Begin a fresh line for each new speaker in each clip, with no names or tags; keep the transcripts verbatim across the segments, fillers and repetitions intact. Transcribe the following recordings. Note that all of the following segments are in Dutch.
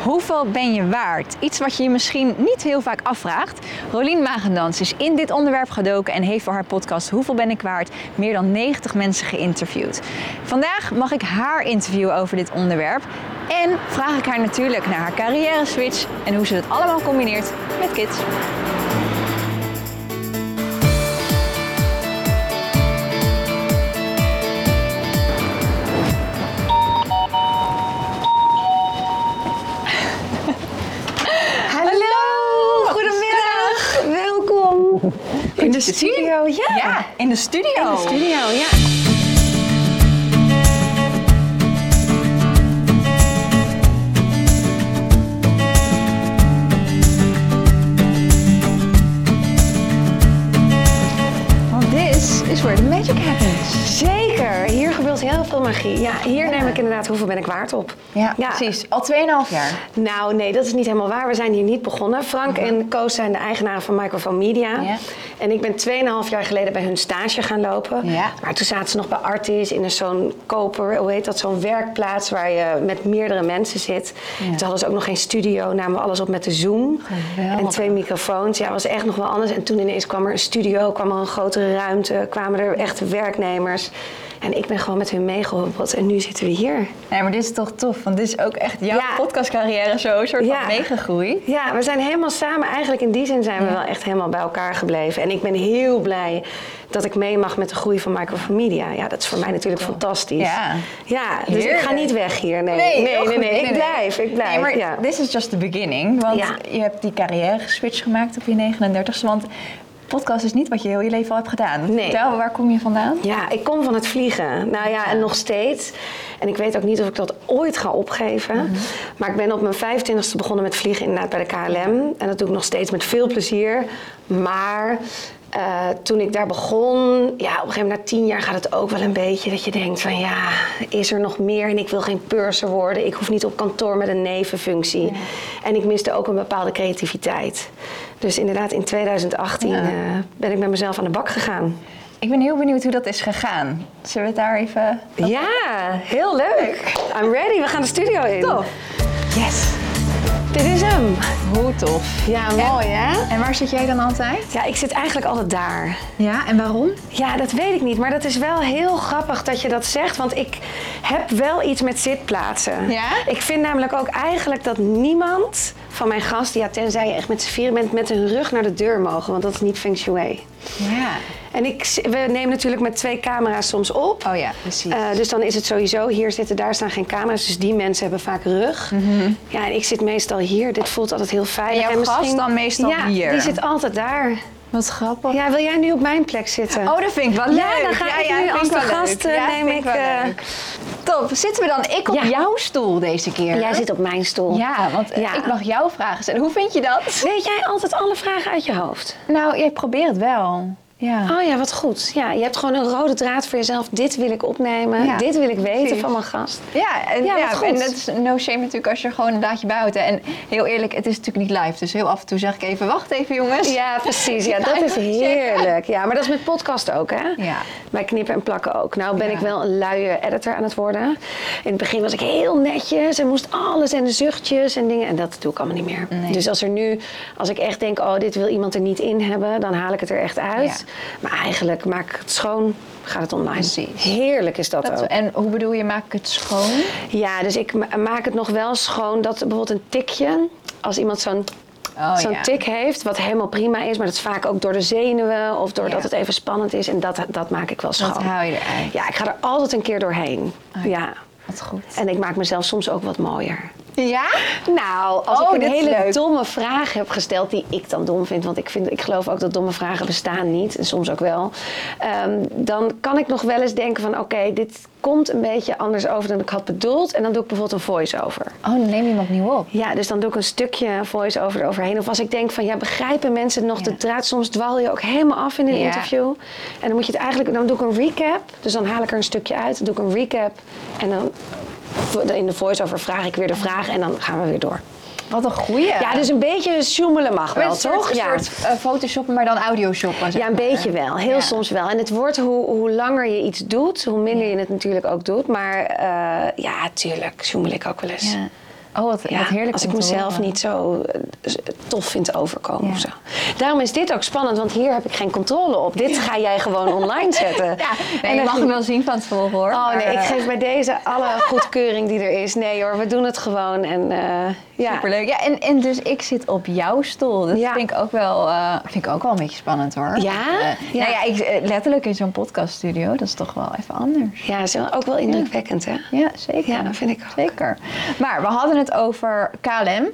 Hoeveel ben je waard? Iets wat je je misschien niet heel vaak afvraagt. Rolien Magendans is in dit onderwerp gedoken en heeft voor haar podcast Hoeveel ben ik waard meer dan negentig mensen geïnterviewd. Vandaag mag ik haar interviewen over dit onderwerp. En vraag ik haar natuurlijk naar haar carrière switch en hoe ze het allemaal combineert met kids.
In de studio, ja.
Ja, in de studio.
In de studio, ja.
Want this is where the magic happens.
Zeker, hier gebeurt heel veel magie. Ja, hier ja. neem ik inderdaad Hoeveel ben ik waard op.
Ja, ja. precies. Al tweeënhalf jaar.
Nou, nee, dat is niet helemaal waar. We zijn hier niet begonnen. Frank uh-huh. en Koos zijn de eigenaren van Microphone Media. Ja. En ik ben tweeënhalf jaar geleden bij hun stage gaan lopen. Ja. Maar toen zaten ze nog bij Artis in een zo'n koper, hoe heet dat, zo'n werkplaats waar je met meerdere mensen zit. Ja. Toen hadden ze ook nog geen studio, namen we alles op met de Zoom. Geweldig. En twee microfoons. Ja, het was echt nog wel anders. En toen ineens kwam er een studio, kwam er een grotere ruimte, kwamen er echte werknemers. En ik ben gewoon met hun meegehobbeld en nu zitten we hier.
Ja, maar dit is toch tof, want dit is ook echt jouw ja. podcastcarrière zo een soort ja. van meegegroeid.
Ja, we zijn helemaal samen, eigenlijk in die zin zijn we ja. wel echt helemaal bij elkaar gebleven. En ik ben heel blij dat ik mee mag met de groei van Microphone Media. Ja, dat is voor mij natuurlijk oh. fantastisch. Ja, ja dus Heerlijk. Ik ga niet weg hier. Nee, nee, nee, nee, nee, nee. ik blijf, ik blijf.
Nee, maar
ja.
this is just the beginning, want ja. je hebt die carrière switch gemaakt op je negenendertigste, want podcast is niet wat je heel je leven al hebt gedaan.
Nee.
Vertel, waar kom je vandaan?
Ja, ik kom van het vliegen. Nou ja, en nog steeds. En ik weet ook niet of ik dat ooit ga opgeven. Mm-hmm. Maar ik ben op mijn vijfentwintigste begonnen met vliegen inderdaad bij de K L M. En dat doe ik nog steeds met veel plezier. Maar Uh, toen ik daar begon, ja, op een gegeven moment na tien jaar gaat het ook wel een beetje dat je denkt van ja, is er nog meer? En ik wil geen purser worden. Ik hoef niet op kantoor met een nevenfunctie. Ja. En ik miste ook een bepaalde creativiteit. Dus inderdaad in twintig achttien ja. uh, ben ik met mezelf aan de bak gegaan.
Ik ben heel benieuwd hoe dat is gegaan. Zullen we het daar even...
Ja, heel leuk. I'm ready, we gaan de studio in.
Tof. Yes.
Dit is hem.
Hoe tof.
Ja, mooi
en,
hè?
En waar zit jij dan altijd?
Ja, ik zit eigenlijk altijd daar.
Ja, en waarom?
Ja, dat weet ik niet. Maar dat is wel heel grappig dat je dat zegt. Want ik heb wel iets met zitplaatsen. Ja? Ik vind namelijk ook eigenlijk dat niemand van mijn gasten, ja, tenzij je echt met z'n vieren bent, met hun rug naar de deur mogen. Want dat is niet feng shui.
Ja.
En ik, we nemen natuurlijk met twee camera's soms op.
Oh ja, precies. Uh,
dus dan is het sowieso, hier zitten, daar staan geen camera's. Dus die mensen hebben vaak rug. Mm-hmm. Ja, en ik zit meestal hier. Dit voelt altijd heel veilig.
En jouw
en
gast
misschien,
dan meestal
ja,
hier?
Die zit altijd daar.
Wat grappig.
Ja, wil jij nu op mijn plek zitten?
Oh, dat vind ik wel leuk.
Ja, dan ga
ja,
ik
ja,
nu als de gast
ja,
neem ik...
ik uh... Top. Zitten we dan ik op ja. jouw stoel deze keer?
Jij zit op mijn stoel.
Ja, want ja. ik mag jou vragen stellen. Hoe vind je dat?
Weet jij altijd alle vragen uit je hoofd?
Nou, ik probeer het wel. Ja.
Oh ja, wat goed. Ja, je hebt gewoon een rode draad voor jezelf. Dit wil ik opnemen. Ja. Dit wil ik weten Precies. van mijn gast.
Ja, en, ja, ja, en dat is no shame natuurlijk als je gewoon een daadje bijhoudt. En heel eerlijk, het is natuurlijk niet live. Dus heel af en toe zeg ik even, wacht even jongens.
Ja, precies. Ja, dat is heerlijk. Ja, maar dat is met podcast ook, hè?
Ja.
Bij knippen en plakken ook. Nou ben ja. ik wel een luie editor aan het worden. In het begin was ik heel netjes en moest alles en de zuchtjes en dingen. En dat doe ik allemaal niet meer. Nee. Dus als er nu, als ik echt denk, oh, dit wil iemand er niet in hebben, dan haal ik het er echt uit. Ja. Maar eigenlijk maak ik het schoon, gaat het online.
Precies.
Heerlijk is dat, dat ook.
En hoe bedoel je, maak ik het schoon?
Ja, dus ik maak het nog wel schoon dat bijvoorbeeld een tikje, als iemand zo'n Oh, zo'n ja. tik heeft, wat helemaal prima is, maar dat is vaak ook door de zenuwen of doordat ja. het even spannend is. En dat, dat maak ik wel schoon.
Dat hou je eruit.
Ja, ik ga er altijd een keer doorheen.
Oh,
ja.
Wat goed.
En ik maak mezelf soms ook wat mooier.
Ja?
Nou, als
oh,
ik een hele
leuk.
domme vraag heb gesteld die ik dan dom vind, want ik, vind, ik geloof ook dat domme vragen bestaan niet, en soms ook wel, um, dan kan ik nog wel eens denken van oké, okay, dit komt een beetje anders over dan ik had bedoeld. En dan doe ik bijvoorbeeld een voice-over.
Oh, dan neem je hem opnieuw op?
Ja, dus dan doe ik een stukje voice-over eroverheen. Of als ik denk van ja, begrijpen mensen nog ja. de draad? Soms dwal je ook helemaal af in een ja. interview. En dan moet je het eigenlijk, dan doe ik een recap. Dus dan haal ik er een stukje uit, dan doe ik een recap. En dan in de voice-over vraag ik weer de vraag en dan gaan we weer door.
Wat een goeie.
Ja, dus een beetje zoemelen mag wel,
een
toch?
Een
ja.
soort uh, photoshoppen, maar dan audioshoppen.
Ja, een beetje wel. Heel ja. soms wel. En het wordt, hoe, hoe langer je iets doet, hoe minder ja. je het natuurlijk ook doet. Maar uh, ja, tuurlijk, zoemel ik ook wel eens. Ja.
Oh, wat,
Ja,
wat heerlijk.
als
om
ik
te
mezelf
horen.
niet zo uh, tof vind overkomen
Ja.
of zo. Daarom is dit ook spannend, want hier heb ik geen controle op. Dit ga jij gewoon online zetten.
Ja, nee,
En
je
dan-
mag hem wel zien van tevoren hoor.
Oh nee,
maar,
ik
eh,
geef bij deze alle goedkeuring die er is. Nee hoor, we doen het gewoon. En, uh, ja.
Superleuk. Ja, en, en dus ik zit op jouw stoel. Dat
Ja.
vind ik ook wel, uh, vind ik ook wel een beetje spannend hoor.
Ja?
Uh,
Ja.
Nou ja, ik, uh, letterlijk in zo'n podcaststudio, dat is toch wel even anders.
Ja, dat is wel- ook wel indrukwekkend, hè?
Ja, zeker.
Ja, dat vind ik ook.
Zeker. Maar we hadden het over K L M.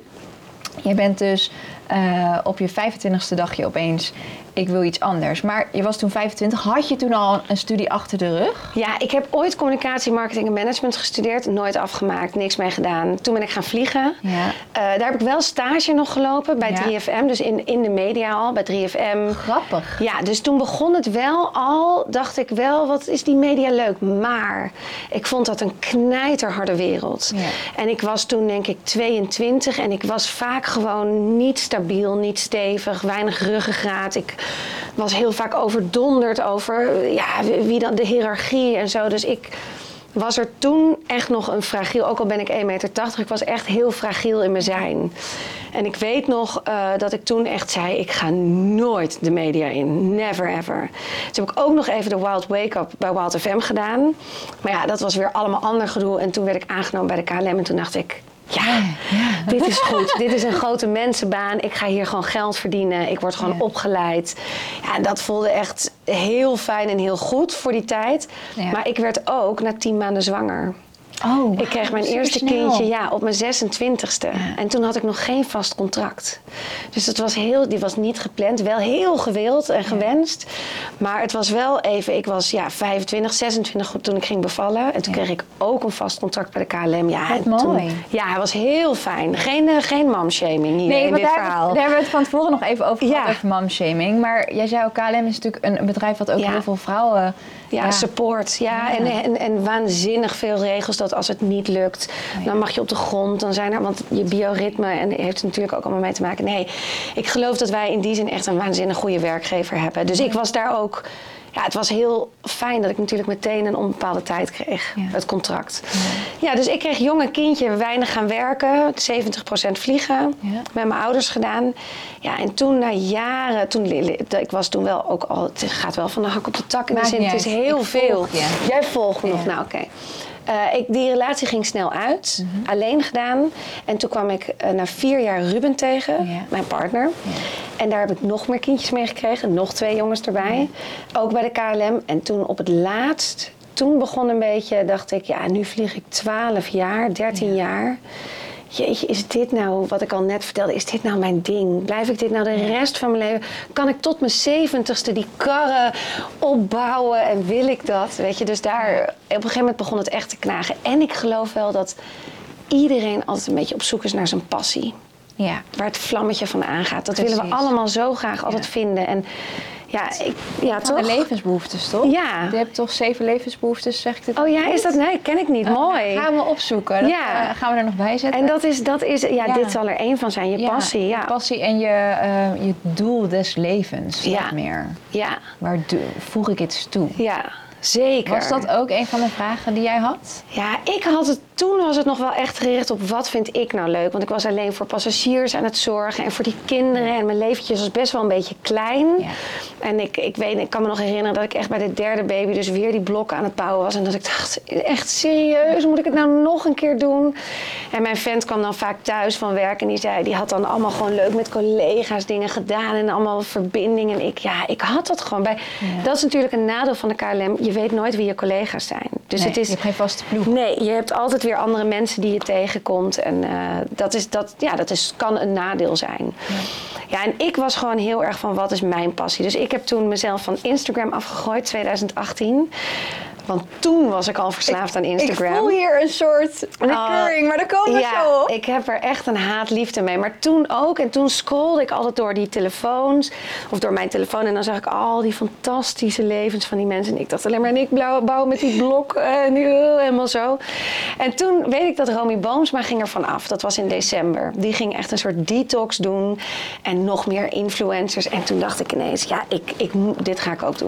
Je bent dus uh, op je vijfentwintigste dagje opeens, ik wil iets anders. Maar je was toen vijfentwintig. Had je toen al een studie achter de rug?
Ja, ik heb ooit communicatie, marketing en management gestudeerd. Nooit afgemaakt, niks mee gedaan. Toen ben ik gaan vliegen.
Ja.
Uh, daar heb ik wel stage nog gelopen bij
Ja.
drie F M. Dus in, in de media al, bij drie F M.
Grappig.
Ja, dus toen begon het wel al, dacht ik wel, wat is die media leuk. Maar ik vond dat een knijterharde wereld.
Ja.
En ik was toen denk ik tweeëntwintig en ik was vaak gewoon niet stabiel, niet stevig, weinig ruggengraat. Ik was heel vaak overdonderd over ja, wie dan de hiërarchie en zo. Dus ik was er toen echt nog een fragiel, ook al ben ik één meter tachtig, ik was echt heel fragiel in mijn zijn. En ik weet nog uh, dat ik toen echt zei, ik ga nooit de media in. Never ever. Toen heb ik ook nog even de Wild Wake Up bij Wild F M gedaan. Maar ja, dat was weer allemaal ander gedoe. En toen werd ik aangenomen bij de K L M en toen dacht ik, ja, dit is goed. Dit is een grote mensenbaan. Ik ga hier gewoon geld verdienen. Ik word gewoon
Ja.
opgeleid. Ja, en dat voelde echt heel fijn en heel goed voor die tijd.
Ja.
Maar ik werd ook na tien maanden zwanger.
Oh,
Ik kreeg mijn eerste
supersnel.
kindje ja, op mijn zesentwintigste.
Ja.
En toen had ik nog geen vast contract. Dus het was heel, die was niet gepland. Wel heel gewild en gewenst. Maar het was wel even... Ik was ja, vijfentwintig, zesentwintig toen ik ging bevallen. En toen
Ja.
kreeg ik ook een vast contract bij de K L M. Ja,
Wat
en toen-
mooi.
ja, het was heel fijn. Geen, uh, geen momshaming hier
Nee,
in
want
dit
daar,
verhaal.
daar hebben we het van tevoren nog even over gehad,
Ja.
over momshaming. Maar jij zei ook, K L M is natuurlijk een bedrijf wat ook
Ja.
heel veel vrouwen...
Ja, support. Ja,
Ja.
En, en, en waanzinnig veel regels dat als het niet lukt,
Oh ja.
dan mag je op de grond. Dan zijn er, want je bioritme en heeft er natuurlijk ook allemaal mee te maken. Nee, ik geloof dat wij in die zin echt een waanzinnig goede werkgever hebben. Dus ik was daar ook... Ja, het was heel fijn dat ik natuurlijk meteen een onbepaalde tijd kreeg,
Ja.
het contract. Ja. ja, dus ik kreeg jonge kindje, weinig gaan werken, zeventig procent vliegen,
Ja.
met mijn ouders gedaan. Ja, en toen na jaren, toen, ik was toen wel ook al, het gaat wel van de hak op de tak in de
Maakt
zin,
niet
het is
uit.
heel
Ik
veel.
volg je.
Jij volgt me
Ja.
nog, nou oké. Uh, ik, die relatie ging snel uit,
Mhm.
alleen gedaan. En toen kwam ik uh, na vier jaar Ruben tegen,
Ja.
mijn partner.
Ja.
En daar heb ik nog meer kindjes mee gekregen, nog twee jongens erbij. Ook bij de K L M. En toen op het laatst, toen begon een beetje, dacht ik, ja, nu vlieg ik twaalf jaar, dertien
Ja.
jaar. Jeetje, is dit nou, wat ik al net vertelde, is dit nou mijn ding? Blijf ik dit nou de rest van mijn leven? Kan ik tot mijn zeventigste die karren opbouwen en wil ik dat? Weet je, dus daar, op een gegeven moment begon het echt te knagen. En ik geloof wel dat iedereen altijd een beetje op zoek is naar zijn passie.
Ja.
Waar het vlammetje van aangaat. Dat
Precies.
willen we allemaal zo graag altijd
Ja.
vinden. En ja, ik, ja
Van
toch?
de levensbehoeftes, toch?
Ja.
Je hebt toch zeven levensbehoeftes, zeg ik dit
Oh ja,
goed?
is dat? Nee, ken ik niet.
Oh,
Mooi.
Gaan we opzoeken. Dat,
Ja.
eh, gaan we er nog bij zetten.
En dat is, dat is ja,
Ja.
dit zal er één van zijn. Je
Ja,
passie, ja.
Je passie en je, eh, je doel des levens.
Ja.
Nog meer.
Ja,
Waar do- voeg ik iets toe?
ja, zeker.
Was dat ook een van de vragen die jij had?
Ja, ik had het, toen was het nog wel echt gericht op wat vind ik nou leuk. Want ik was alleen voor passagiers aan het zorgen en voor die kinderen. En mijn leventje was best wel een beetje klein.
Ja.
En ik, ik, weet, ik kan me nog herinneren dat ik echt bij de derde baby dus weer die blokken aan het bouwen was. En dat ik dacht, echt serieus, moet ik het nou nog een keer doen? En mijn vent kwam dan vaak thuis van werk en die zei, die had dan allemaal gewoon leuk met collega's dingen gedaan. En allemaal verbindingen. En ik, ja, ik had dat gewoon bij.
Ja.
Dat is natuurlijk een nadeel van de K L M. Je weet nooit wie je collega's zijn. Dus
Nee,
het is,
je hebt geen vaste ploeg.
Nee, je hebt altijd weer andere mensen die je tegenkomt. En uh, dat, is, dat, ja, dat is, kan een nadeel zijn. Ja. ja, en ik was gewoon heel erg van wat is mijn passie. Dus ik heb toen mezelf van Instagram afgegooid, twintig achttien. Want toen was ik al verslaafd aan Instagram.
Ik voel hier een soort recurring, uh, maar daar komen we
ja,
zo op.
Ik heb er echt een haat-liefde mee. Maar toen ook. En toen scrollde ik altijd door die telefoons. Of door mijn telefoon. En dan zag ik al die fantastische levens van die mensen. En ik dacht alleen maar, en ik bouw met die blok. En uh, helemaal zo. En toen weet ik dat Romy Boomsma ging ervan af. Dat was in december. Die ging echt een soort detox doen. En nog meer influencers. En toen dacht ik ineens, ja, ik, ik, dit ga ik ook doen.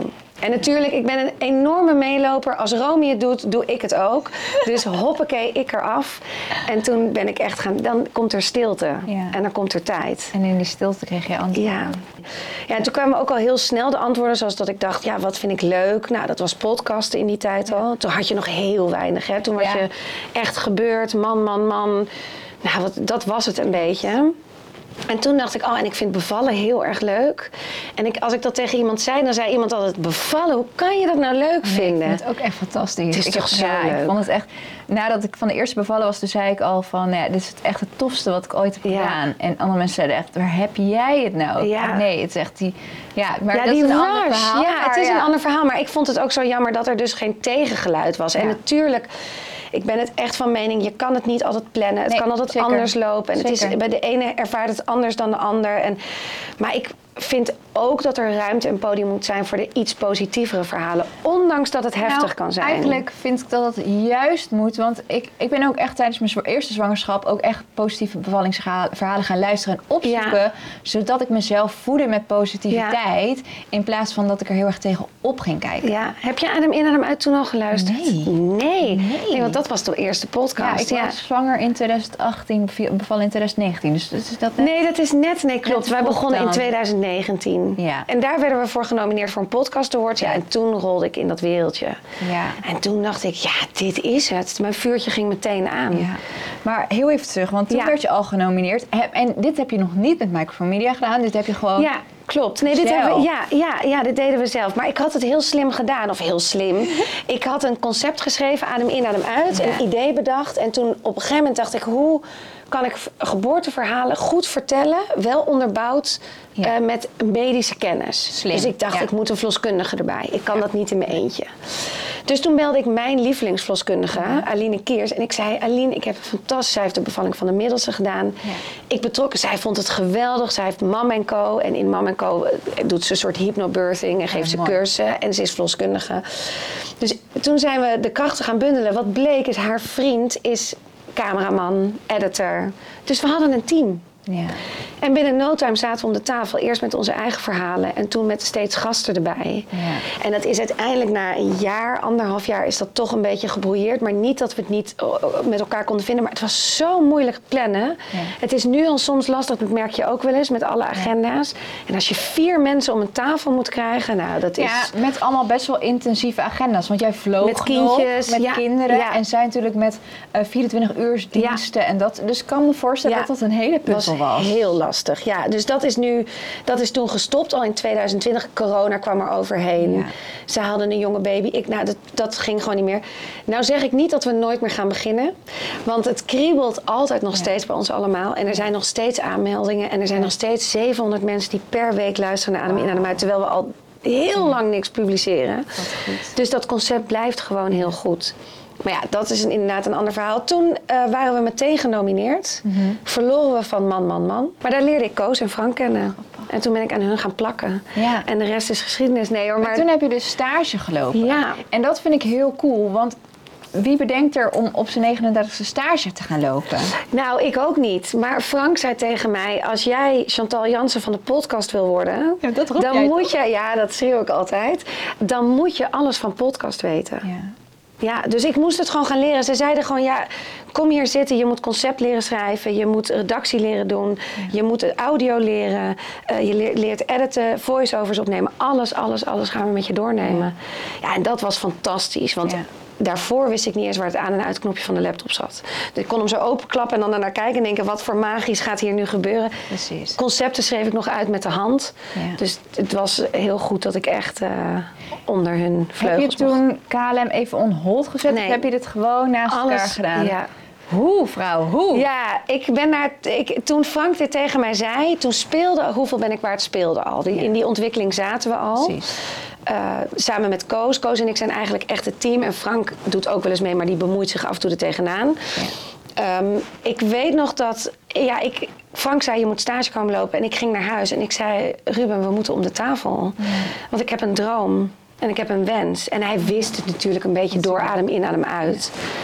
En natuurlijk, ik ben een enorme meeloper. Als Romy het doet, doe ik het ook. Dus hoppakee, ik eraf. En toen ben ik echt gaan... Dan komt er stilte. Ja. En dan komt er tijd.
En in die stilte kreeg je antwoorden.
Ja. Ja, en toen kwamen ook al heel snel de antwoorden. Zoals dat ik dacht, ja, wat vind ik leuk? Nou, dat was podcasten in die tijd al. Toen had je nog heel weinig, hè. Toen was ja. je echt gebeurd. Man, man, man. Nou, wat, dat was het een beetje. En toen dacht ik, oh, en ik vind bevallen heel erg leuk. En ik, als ik dat tegen iemand zei, dan zei iemand altijd, bevallen, hoe kan je dat nou leuk vinden?
Nee, ik vind het ook echt fantastisch.
Het is
ik
toch
heb,
zo
ja,
leuk.
Ik vond het echt, nadat ik van de eerste bevallen was, toen zei ik al van, ja, dit is het echt het tofste wat ik ooit heb ja. gedaan. En andere mensen zeiden echt, waar heb jij het nou?
Ja.
Nee, het is echt die, ja, maar
ja,
dat
die
is een
rush.
ander verhaal.
Ja,
maar,
het is
ja.
een ander verhaal. Maar ik vond het ook zo jammer dat er dus geen tegengeluid was. Ja. En natuurlijk... Ik ben het echt van mening, je kan het niet altijd plannen. Het nee, kan altijd zeker. anders lopen. En het is, bij de ene ervaart het anders dan de ander. En, maar ik vind ook dat er ruimte en podium moet zijn voor de iets positievere verhalen. Ondanks dat het heftig
nou,
kan zijn.
Eigenlijk vind ik dat het juist moet. Want ik, ik ben ook echt tijdens mijn eerste zwangerschap ook echt positieve bevallingsverhalen gaan luisteren en opzoeken. Ja. Zodat ik mezelf voedde met positiviteit. Ja. In plaats van dat ik er heel erg tegen op ging kijken.
Ja. Heb je Adem in, Adem uit toen al geluisterd?
Nee.
Nee. Nee. nee want dat was de eerste podcast.
Ja, ik was ja. zwanger in twintig achttien, bevallen in twintig negentien. Dus, dus is dat net...
Nee, dat is net. Nee, klopt. Wij begonnen dan. in twintig negentien.
Ja.
En daar werden we voor genomineerd voor een podcast award. Ja, en toen rolde ik in dat wereldje.
Ja.
En toen dacht ik, ja, dit is het. Mijn vuurtje ging meteen aan.
Ja. Maar heel even terug, want toen ja. werd je al genomineerd. En dit heb je nog niet met Microphone Media gedaan. Dit heb je gewoon...
Ja. Klopt. Nee, dit hebben we, ja, ja, ja, dit deden we zelf. Maar ik had het heel slim gedaan. Of heel slim. Ik had een concept geschreven, adem in, adem uit. Ja. Een idee bedacht. En toen op een gegeven moment dacht ik, hoe kan ik geboorteverhalen goed vertellen, wel onderbouwd ja. uh, met medische kennis. Slim. Dus ik dacht, ja. ik moet een verloskundige erbij. Ik kan ja. dat niet in mijn eentje. Dus toen belde ik mijn lievelingsverloskundige, ja. Aline Keers. En ik zei, Aline, ik heb een fantastisch... Zij heeft de bevalling van de middelste gedaan. Ja. Ik betrokken, zij vond het geweldig. Zij heeft Mam en Co. En in Mam en Co. doet ze een soort hypnobirthing en geeft ja, ze mooi. cursussen. En ze is verloskundige. Dus toen zijn we de krachten gaan bundelen. Wat bleek is, haar vriend is cameraman, editor. Dus we hadden een team. Ja. En binnen no time zaten we om de tafel. Eerst met onze eigen verhalen en toen met steeds gasten erbij. Ja. En dat is uiteindelijk na een jaar, anderhalf jaar, is dat toch een beetje gebrouilleerd. Maar niet dat we het niet met elkaar konden vinden. Maar het was zo moeilijk plannen. Ja. Het is nu al soms lastig, dat merk je ook wel eens met alle agenda's. Ja. En als je vier mensen om een tafel moet krijgen, nou dat is...
Ja, met allemaal best wel intensieve agenda's. Want jij vloog
met kindjes,
met
ja.
kinderen. Ja. En zij natuurlijk met uh, vierentwintig uur diensten ja. en dat. Dus ik kan me voorstellen ja. dat dat een hele puzzel was.
Heel lastig, ja. Dus dat is nu, dat is toen gestopt al in twintig twintig. Corona kwam er overheen. Ja. Ze hadden een jonge baby. Ik, nou, dat, dat ging gewoon niet meer. Nou zeg ik niet dat we nooit meer gaan beginnen. Want het kriebelt altijd nog ja. steeds bij ons allemaal. En er zijn nog steeds aanmeldingen. En er zijn ja. nog steeds zevenhonderd mensen die per week luisteren naar Adem in, Adem uit. Terwijl we al heel ja. lang niks publiceren. Dat dus dat concept blijft gewoon heel goed. Maar ja, dat is een, inderdaad een ander verhaal. Toen uh, waren we meteen genomineerd. Mm-hmm. Verloren we van Man, Man, Man. Maar daar leerde ik Koos en Frank kennen. En toen ben ik aan hun gaan plakken. Ja. En de rest is geschiedenis. Nee hoor, maar...
maar toen heb je dus stage gelopen.
Ja.
En dat vind ik heel cool, want... Wie bedenkt er om op zijn negenendertigste stage te gaan lopen?
Nou, ik ook niet. Maar Frank zei tegen mij... als jij Chantal Jansen van de podcast wil worden...
Ja, dat roep
dan
jij
moet
toch?
je... Ja, dat schreeuw ik altijd. Dan moet je alles van podcast weten. Ja. Ja, dus ik moest het gewoon gaan leren. Ze zeiden gewoon, ja, kom hier zitten. Je moet concept leren schrijven. Je moet redactie leren doen. Ja. Je moet audio leren. Uh, je leert, leert editen, voice-overs opnemen. Alles, alles, alles gaan we met je doornemen. Ja, ja en dat was fantastisch. Want ja. daarvoor wist ik niet eens waar het aan- en uitknopje van de laptop zat. Dus ik kon hem zo openklappen en dan ernaar kijken en denken... wat voor magisch gaat hier nu gebeuren?
Precies.
Concepten schreef ik nog uit met de hand. Ja. Dus het was heel goed dat ik echt uh, onder hun vleugels
Heb je toen K L M even on hold gezet?
Nee.
Of heb je dit gewoon naast
Alles,
elkaar gedaan?
Ja.
Hoe, vrouw, hoe?
Ja, ik ben naar, ik, toen Frank dit tegen mij zei... toen speelde Hoeveel ben ik waard speelde al. Die, ja. In die ontwikkeling zaten we al. Precies. Uh, samen met Koos. Koos en ik zijn eigenlijk echt het team. En Frank doet ook wel eens mee, maar die bemoeit zich af en toe er tegenaan. Ja. Um, ik weet nog dat... Ja, ik, Frank zei, je moet stage komen lopen. En ik ging naar huis en ik zei... Ruben, we moeten om de tafel. Ja. Want ik heb een droom en ik heb een wens. En hij wist het natuurlijk een beetje door, adem in, adem uit.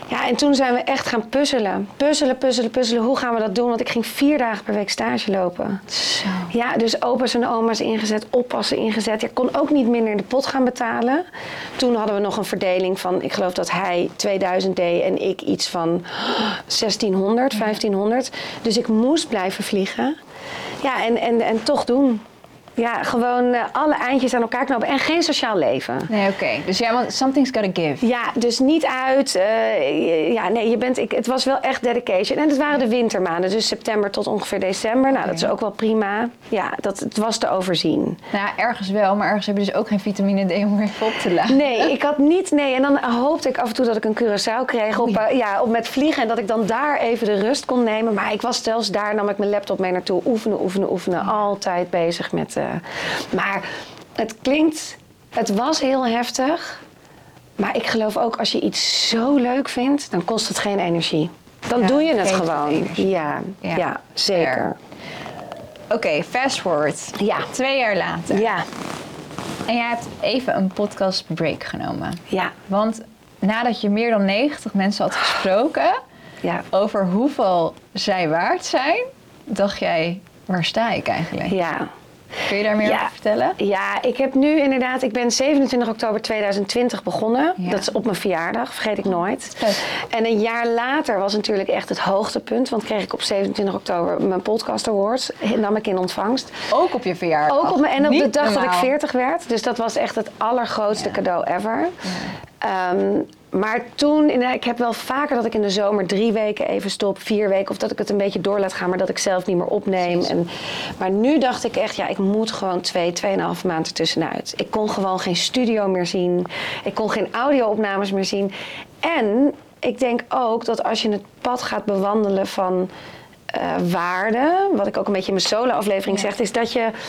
Ja, en toen zijn we echt gaan puzzelen. Puzzelen, puzzelen, puzzelen. Hoe gaan we dat doen? Want ik ging vier dagen per week stage lopen.
Zo.
Ja, dus opa's en oma's ingezet, oppassen ingezet. Ik kon ook niet minder in de pot gaan betalen. Toen hadden we nog een verdeling van, ik geloof dat hij tweeduizend deed en ik iets van zestienhonderd, vijftienhonderd. Dus ik moest blijven vliegen. Ja, en, en, en toch doen. Ja, gewoon uh, alle eindjes aan elkaar knopen en geen sociaal leven.
Nee, oké. Okay. Dus ja, want something's gotta give.
Ja, dus niet uit. Uh, ja, nee, je bent, ik, het was wel echt dedication. En het waren de wintermaanden, dus september tot ongeveer december. Nou, dat is ook wel prima. Ja, dat, het was te overzien.
Nou, ja, ergens wel, maar ergens heb je dus ook geen vitamine D om weer even op te laden.
Nee, ik had niet, nee. En dan hoopte ik af en toe dat ik een Curaçao kreeg op, uh, ja, op met vliegen. En dat ik dan daar even de rust kon nemen. Maar ik was zelfs daar, nam ik mijn laptop mee naartoe. Oefenen, oefenen, oefenen. Ja. Altijd bezig met... Uh, maar het klinkt, het was heel heftig. Maar ik geloof ook als je iets zo leuk vindt, dan kost het geen energie. Dan ja, doe je het gewoon. Het ja, ja, ja, zeker.
Oké, okay, fast forward.
Ja.
Twee jaar later.
Ja.
En jij hebt even een podcast break genomen.
Ja.
Want nadat je meer dan negentig mensen had gesproken
ja.
over hoeveel zij waard zijn, dacht jij, waar sta ik eigenlijk?
Ja.
Kun je daar meer
ja,
over vertellen?
Ja, ik heb nu inderdaad... Ik ben zevenentwintig oktober tweeduizend twintig begonnen. Ja. Dat is op mijn verjaardag, vergeet ik nooit. En een jaar later was natuurlijk echt het hoogtepunt. Want kreeg ik op zevenentwintig oktober mijn podcast award. Nam ik in ontvangst.
Ook op je verjaardag?
Ook op mijn, en op
Niet
de dag
normaal.
dat ik veertig werd. Dus dat was echt het allergrootste ja. cadeau ever. Ja. Um, maar toen, ik heb wel vaker dat ik in de zomer drie weken even stop, vier weken, of dat ik het een beetje door laat gaan, maar dat ik zelf niet meer opneem. En, maar nu dacht ik echt, ja, ik moet gewoon twee, tweeënhalve maanden ertussenuit. Ik kon gewoon geen studio meer zien. Ik kon geen audio-opnames meer zien. En ik denk ook dat als je het pad gaat bewandelen van uh, waarde, wat ik ook een beetje in mijn solo-aflevering ja. zeg, is dat je...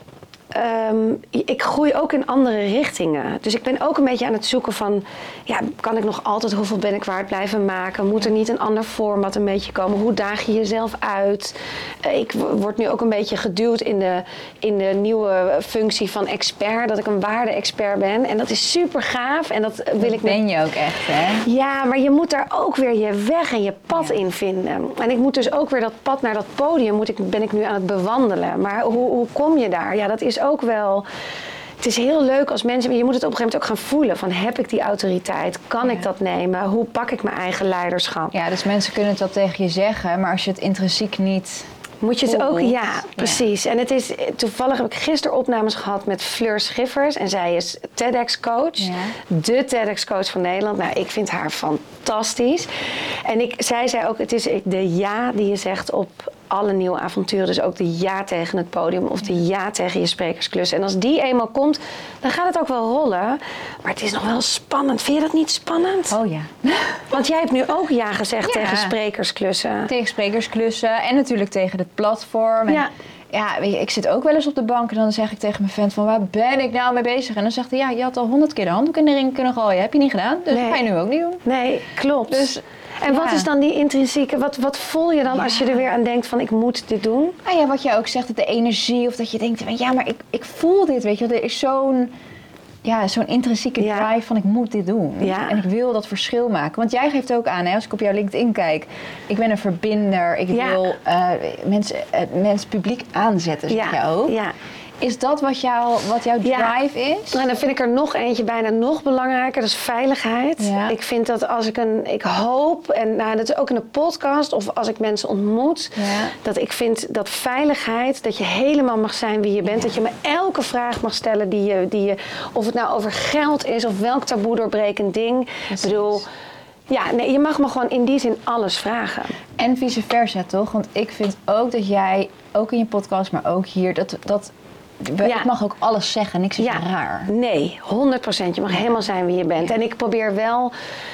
Um, ik groei ook in andere richtingen. Dus ik ben ook een beetje aan het zoeken van... ja, kan ik nog altijd hoeveel ben ik waard blijven maken? Moet er niet een ander format een beetje komen? Hoe daag je jezelf uit? Uh, ik word nu ook een beetje geduwd in de, in de nieuwe functie van expert. Dat ik een waarde-expert ben. En dat is super gaaf. En dat wil
dat
ik
ben
met...
je ook echt, hè?
Ja, maar je moet daar ook weer je weg en je pad ja. in vinden. En ik moet dus ook weer dat pad naar dat podium... Moet ik, ben ik nu aan het bewandelen. Maar hoe, hoe kom je daar? Ja, dat is ook wel... Het is heel leuk als mensen... Je moet het op een gegeven moment ook gaan voelen. Van, heb ik die autoriteit? Kan ja. ik dat nemen? Hoe pak ik mijn eigen leiderschap?
Ja, dus mensen kunnen het wel tegen je zeggen... maar als je het intrinsiek niet...
Moet je het ook... Ja, precies. Ja. En het is... Toevallig heb ik gisteren opnames gehad met Fleur Schiffers. En zij is TEDx-coach. Ja. De TEDx-coach van Nederland. Nou, ik vind haar fantastisch. En ik, zij zei ook... Het is de ja die je zegt op... alle nieuwe avonturen, dus ook de ja tegen het podium of de ja tegen je sprekersklus. En als die eenmaal komt, dan gaat het ook wel rollen. Maar het is nog wel spannend. Vind je dat niet spannend?
Oh ja.
Want jij hebt nu ook ja gezegd ja. tegen sprekersklussen.
Tegen sprekersklussen en natuurlijk tegen het platform. En
ja.
Ja, weet je, ik zit ook wel eens op de bank en dan zeg ik tegen mijn vent van waar ben ik nou mee bezig? En dan zegt hij, ja, je had al honderd keer de handdoek in de ring kunnen gooien. Heb je niet gedaan, dus
nee.
dat ga je nu ook niet doen.
Nee, klopt. Dus... En ja. wat is dan die intrinsieke, wat, wat voel je dan ja. als je er weer aan denkt van ik moet dit doen?
Ah ja, wat jij ook zegt, de energie of dat je denkt van ja, maar ik, ik voel dit, weet je wel. Er is zo'n ja, zo'n intrinsieke drive ja. van ik moet dit doen.
Ja.
En ik wil dat verschil maken. Want jij geeft ook aan, hè, als ik op jouw LinkedIn kijk, ik ben een verbinder, ik ja. wil uh, mensen, uh, mensen publiek aanzetten, zeg
ja.
je ook.
Ja.
Is dat wat, jou, wat jouw drive
ja.
is?
Nou, dan vind ik er nog eentje bijna nog belangrijker. Dat is veiligheid. Ja. Ik vind dat als ik een... Ik hoop, en nou, dat is ook in een podcast... of als ik mensen ontmoet... Ja. dat ik vind dat veiligheid... dat je helemaal mag zijn wie je bent. Ja. Dat je me elke vraag mag stellen die je, die je... of het nou over geld is... of welk taboe doorbrekend ding. Precies. Ik bedoel... Ja, nee, je mag me gewoon in die zin alles vragen.
En vice versa, toch? Want ik vind ook dat jij... ook in je podcast, maar ook hier... dat... dat Ja. Ik mag ook alles zeggen, niks is
ja.
raar.
Nee, honderd procent. Je mag ja. helemaal zijn wie je bent. Ja. En ik probeer wel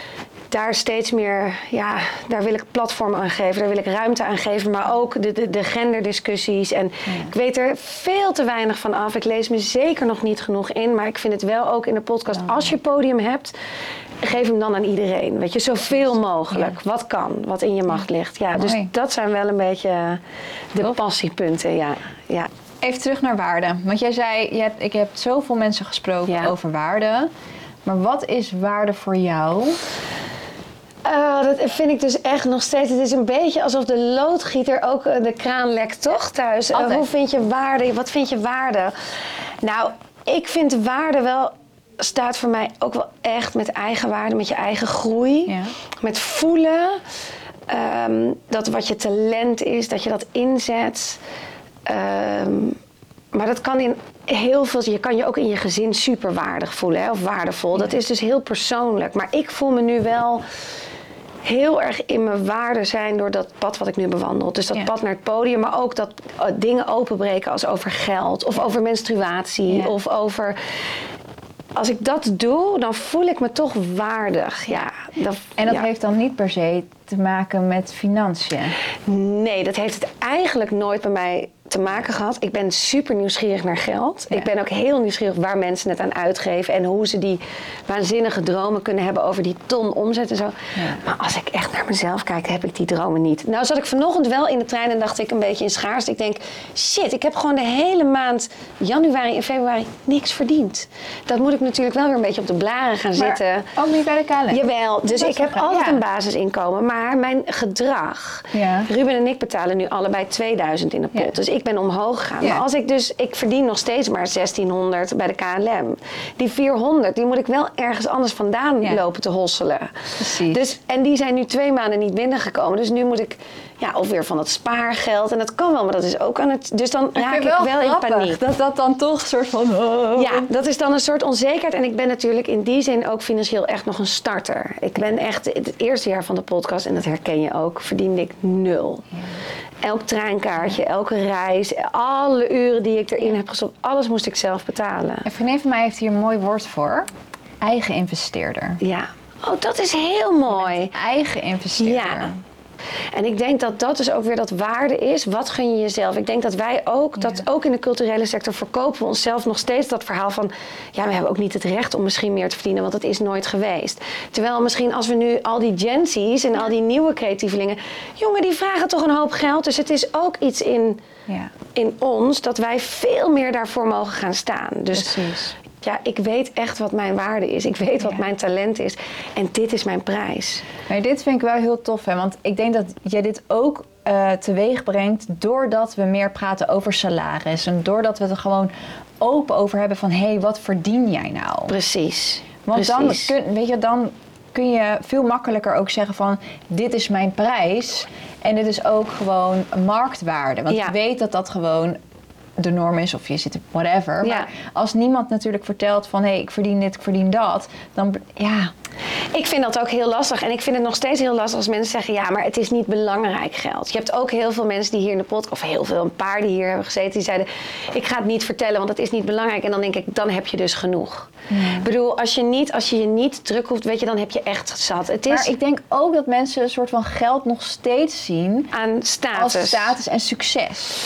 daar steeds meer... Ja, daar wil ik platform aan geven. Daar wil ik ruimte aan geven. Maar ook de, de, de genderdiscussies. En ja. ik weet er veel te weinig van af. Ik lees me zeker nog niet genoeg in. Maar ik vind het wel ook in de podcast... Oh. als je podium hebt... geef hem dan aan iedereen. Weet je, zoveel mogelijk. Ja. Wat kan, wat in je macht ligt. Ja, dus dat zijn wel een beetje de Top. passiepunten. Ja, ja.
Even terug naar waarde. Want jij zei, je hebt, ik heb zoveel mensen gesproken ja. over waarde. Maar wat is waarde voor jou?
Uh, dat vind ik dus echt nog steeds. Het is een beetje alsof de loodgieter ook uh, de kraan lekt, toch? Thuis. Uh, hoe vind je waarde? Wat vind je waarde? Nou, ik vind waarde wel... staat voor mij ook wel echt met eigenwaarde, met je eigen groei. Ja. Met voelen. Um, dat wat je talent is, dat je dat inzet. Um, maar dat kan in heel veel... Je kan je ook in je gezin super waardig voelen, hè, of waardevol. Ja. Dat is dus heel persoonlijk. Maar ik voel me nu wel heel erg in mijn waarde zijn door dat pad wat ik nu bewandel. Dus dat ja. pad naar het podium, maar ook dat uh, dingen openbreken als over geld. Of ja. over menstruatie. Ja. Of over... Als ik dat doe, dan voel ik me toch waardig. Ja,
dat, en dat ja. heeft dan niet per se te maken met financiën?
Nee, dat heeft het eigenlijk nooit bij mij te maken gehad. Ik ben super nieuwsgierig naar geld. Ja. Ik ben ook heel nieuwsgierig waar mensen het aan uitgeven en hoe ze die waanzinnige dromen kunnen hebben over die ton omzet en zo. Ja. Maar als ik echt naar mezelf kijk, heb ik die dromen niet. Nou zat ik vanochtend wel in de trein en dacht ik een beetje in schaars. Ik denk, shit, ik heb gewoon de hele maand januari en februari niks verdiend. Dat moet ik natuurlijk wel weer een beetje op de blaren gaan maar zitten.
Ook niet bij de K L M?
Jawel, dus ik heb altijd ja. een basisinkomen. Maar mijn gedrag... Ja. Ruben en ik betalen nu allebei tweeduizend in de pot. Ja. Dus ik ben omhoog gegaan. Ja. Maar als ik dus... Ik verdien nog steeds maar zestienhonderd bij de K L M. Die vierhonderd, die moet ik wel ergens anders vandaan ja. lopen te hosselen. Precies. Dus, en die zijn nu twee maanden niet binnengekomen. Dus nu moet ik... Ja, of weer van het spaargeld. En dat kan wel, maar dat is ook aan het... Dus dan raak ik wel, wel in paniek.
Dat dat dan toch een soort van... Oh.
Ja, dat is dan een soort onzekerheid. En ik ben natuurlijk in die zin ook financieel echt nog een starter. Ik ben echt... Het eerste jaar van de podcast, en dat herken je ook, verdiende ik nul. Ja. Elk treinkaartje, elke reis, alle uren die ik erin heb gestopt, alles moest ik zelf betalen.
Een vriendin van mij heeft hier een mooi woord voor. Eigen investeerder.
Ja. Oh, dat is heel mooi.
Eigen investeerder. Ja.
En ik denk dat dat dus ook weer dat waarde is. Wat gun je jezelf? Ik denk dat wij ook, ja. dat ook in de culturele sector verkopen we onszelf nog steeds dat verhaal van... Ja, we hebben ook niet het recht om misschien meer te verdienen, want dat is nooit geweest. Terwijl misschien als we nu al die Gen Z's en al die nieuwe creatievelingen... Jongen, die vragen toch een hoop geld. Dus het is ook iets in, ja. in ons dat wij veel meer daarvoor mogen gaan staan. Dus, precies. Ja, ik weet echt wat mijn waarde is. Ik weet wat ja. mijn talent is. En dit is mijn prijs.
Maar dit vind ik wel heel tof, hè? Want ik denk dat jij dit ook uh, teweeg brengt doordat we meer praten over salaris. En doordat we het er gewoon open over hebben van... hé, hey, wat verdien jij nou?
Precies.
Want
Precies.
Dan, kun, weet je, dan kun je veel makkelijker ook zeggen van... dit is mijn prijs. En dit is ook gewoon marktwaarde. Want ja. ik weet dat dat gewoon... de norm is of je zit op whatever. Ja. Maar als niemand natuurlijk vertelt van... hé, hey, ik verdien dit, ik verdien dat... dan, ja...
Ik vind dat ook heel lastig. En ik vind het nog steeds heel lastig als mensen zeggen... ja, maar het is niet belangrijk geld. Je hebt ook heel veel mensen die hier in de podcast... of heel veel, een paar die hier hebben gezeten... die zeiden, ik ga het niet vertellen, want het is niet belangrijk. En dan denk ik, dan heb je dus genoeg. Hmm. Ik bedoel, als je, niet, als je je niet druk hoeft... weet je, dan heb je echt zat. Het is...
Maar ik denk ook dat mensen een soort van geld nog steeds zien...
aan status.
Als status en succes.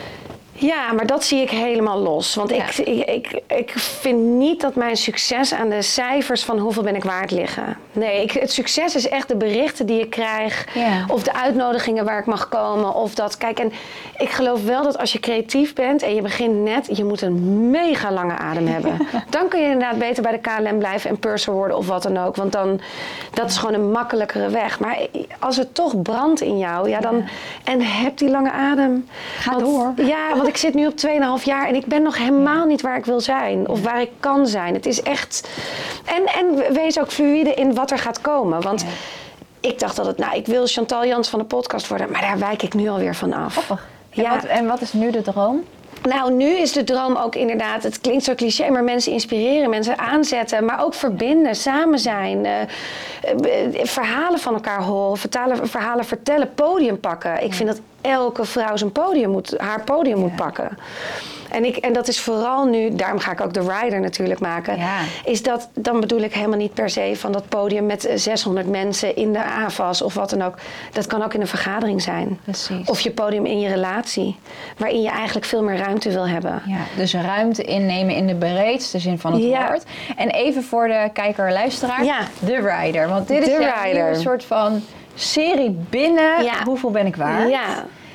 Ja, maar dat zie ik helemaal los. Want ja. ik, ik, ik, ik vind niet dat mijn succes aan de cijfers van hoeveel ben ik waard liggen. Nee, ik, het succes is echt de berichten die ik krijg. Ja. Of de uitnodigingen waar ik mag komen. Of dat, kijk, en ik geloof wel dat als je creatief bent en je begint net... je moet een mega lange adem hebben. Dan kun je inderdaad beter bij de K L M blijven en purser worden of wat dan ook. Want dan, dat is gewoon een makkelijkere weg. Maar als het toch brandt in jou, ja dan... Ja. En heb die lange adem.
Ga want, door.
Ja, want ik zit nu op tweeënhalf jaar en ik ben nog helemaal niet waar ik wil zijn. Of waar ik kan zijn. Het is echt... En, en wees ook fluïde in wat er gaat komen. Want ja. ik dacht dat het... Nou, ik wil Chantal Jans van de podcast worden. Maar daar wijk ik nu alweer van af.
Grappig. En, ja. wat, en wat is nu de droom?
Nou, nu is de droom ook inderdaad, het klinkt zo cliché, maar mensen inspireren, mensen aanzetten, maar ook verbinden, samen zijn, uh, uh, verhalen van elkaar horen, vertalen, verhalen vertellen, podium pakken. Ik vind dat elke vrouw zijn podium moet, haar podium ja. moet pakken. En, ik, en dat is vooral nu, daarom ga ik ook de rider natuurlijk maken, ja. is dat, dan bedoel ik helemaal niet per se van dat podium met zeshonderd mensen in de A V A S of wat dan ook. Dat kan ook in een vergadering zijn.
Precies.
Of je podium in je relatie, waarin je eigenlijk veel meer ruimte wil hebben.
Ja, dus ruimte innemen in de breedste zin van het ja. woord. En even voor de kijker-luisteraar, ja. de rider. Want dit is ja, een soort van serie binnen ja. hoeveel ben ik waard.
Ja.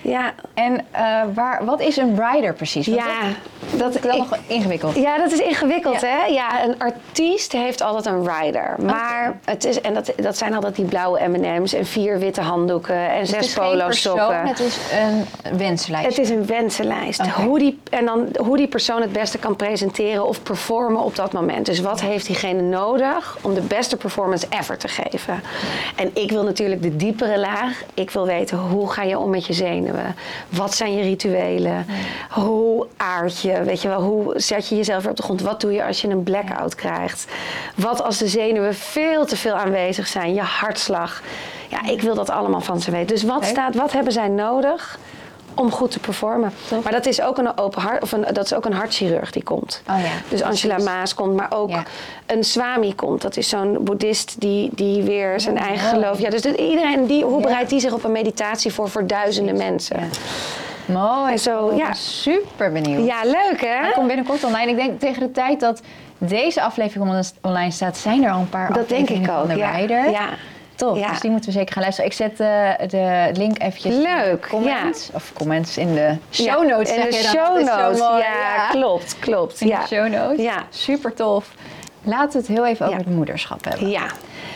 Ja.
En uh, waar, wat is een rider precies? Want
ja,
dat, dat is wel nog ingewikkeld.
Ja, dat is ingewikkeld,
ja.
hè? Ja, een artiest heeft altijd een rider. Maar okay. het is, en dat, dat zijn altijd die blauwe M en M's en vier witte handdoeken en zes polo sokken.
Het is een wensenlijst.
Het is een wensenlijst.
Okay.
Hoe die, en dan hoe die persoon het beste kan presenteren of performen op dat moment. Dus wat heeft diegene nodig om de beste performance ever te geven? En ik wil natuurlijk de diepere laag. Ik wil weten, hoe ga je om met je zenuwen? Wat zijn je rituelen? Ja. Hoe aard je? Weet je wel, hoe zet je jezelf weer op de grond? Wat doe je als je een blackout krijgt? Wat als de zenuwen veel te veel aanwezig zijn? Je hartslag. Ja, ik wil dat allemaal van ze weten. Dus wat okay. staat, wat hebben zij nodig om goed te performen? Top. Maar dat is ook een open hart, of een, dat is ook een hartchirurg die komt.
Oh ja,
dus Angela Maas komt, maar ook ja. een Swami komt. Dat is zo'n boeddhist die, die weer zijn oh, eigen geloof. Ja, dus dat, iedereen die, hoe ja. bereidt die zich op een meditatie voor voor duizenden mensen? Ja.
Mooi,
en zo,
ik
ja.
ben super benieuwd.
Ja, leuk hè?
Hij komt binnenkort online. Ik denk tegen de tijd dat deze aflevering online staat, zijn er al een paar
dat
afleveringen
denk ik ook.
van de
ja.
Rider.
Ja.
Top,
ja.
dus die moeten we zeker gaan luisteren. Ik zet uh, de link eventjes
Leuk,
in de comments. Ja. Of comments in de show notes.
Ja, in de
zeg
show
je
notes,
ja,
ja, klopt, klopt.
In
ja.
de show notes,
ja.
super tof. Laten we het heel even over
ja.
het moederschap hebben.
Ja.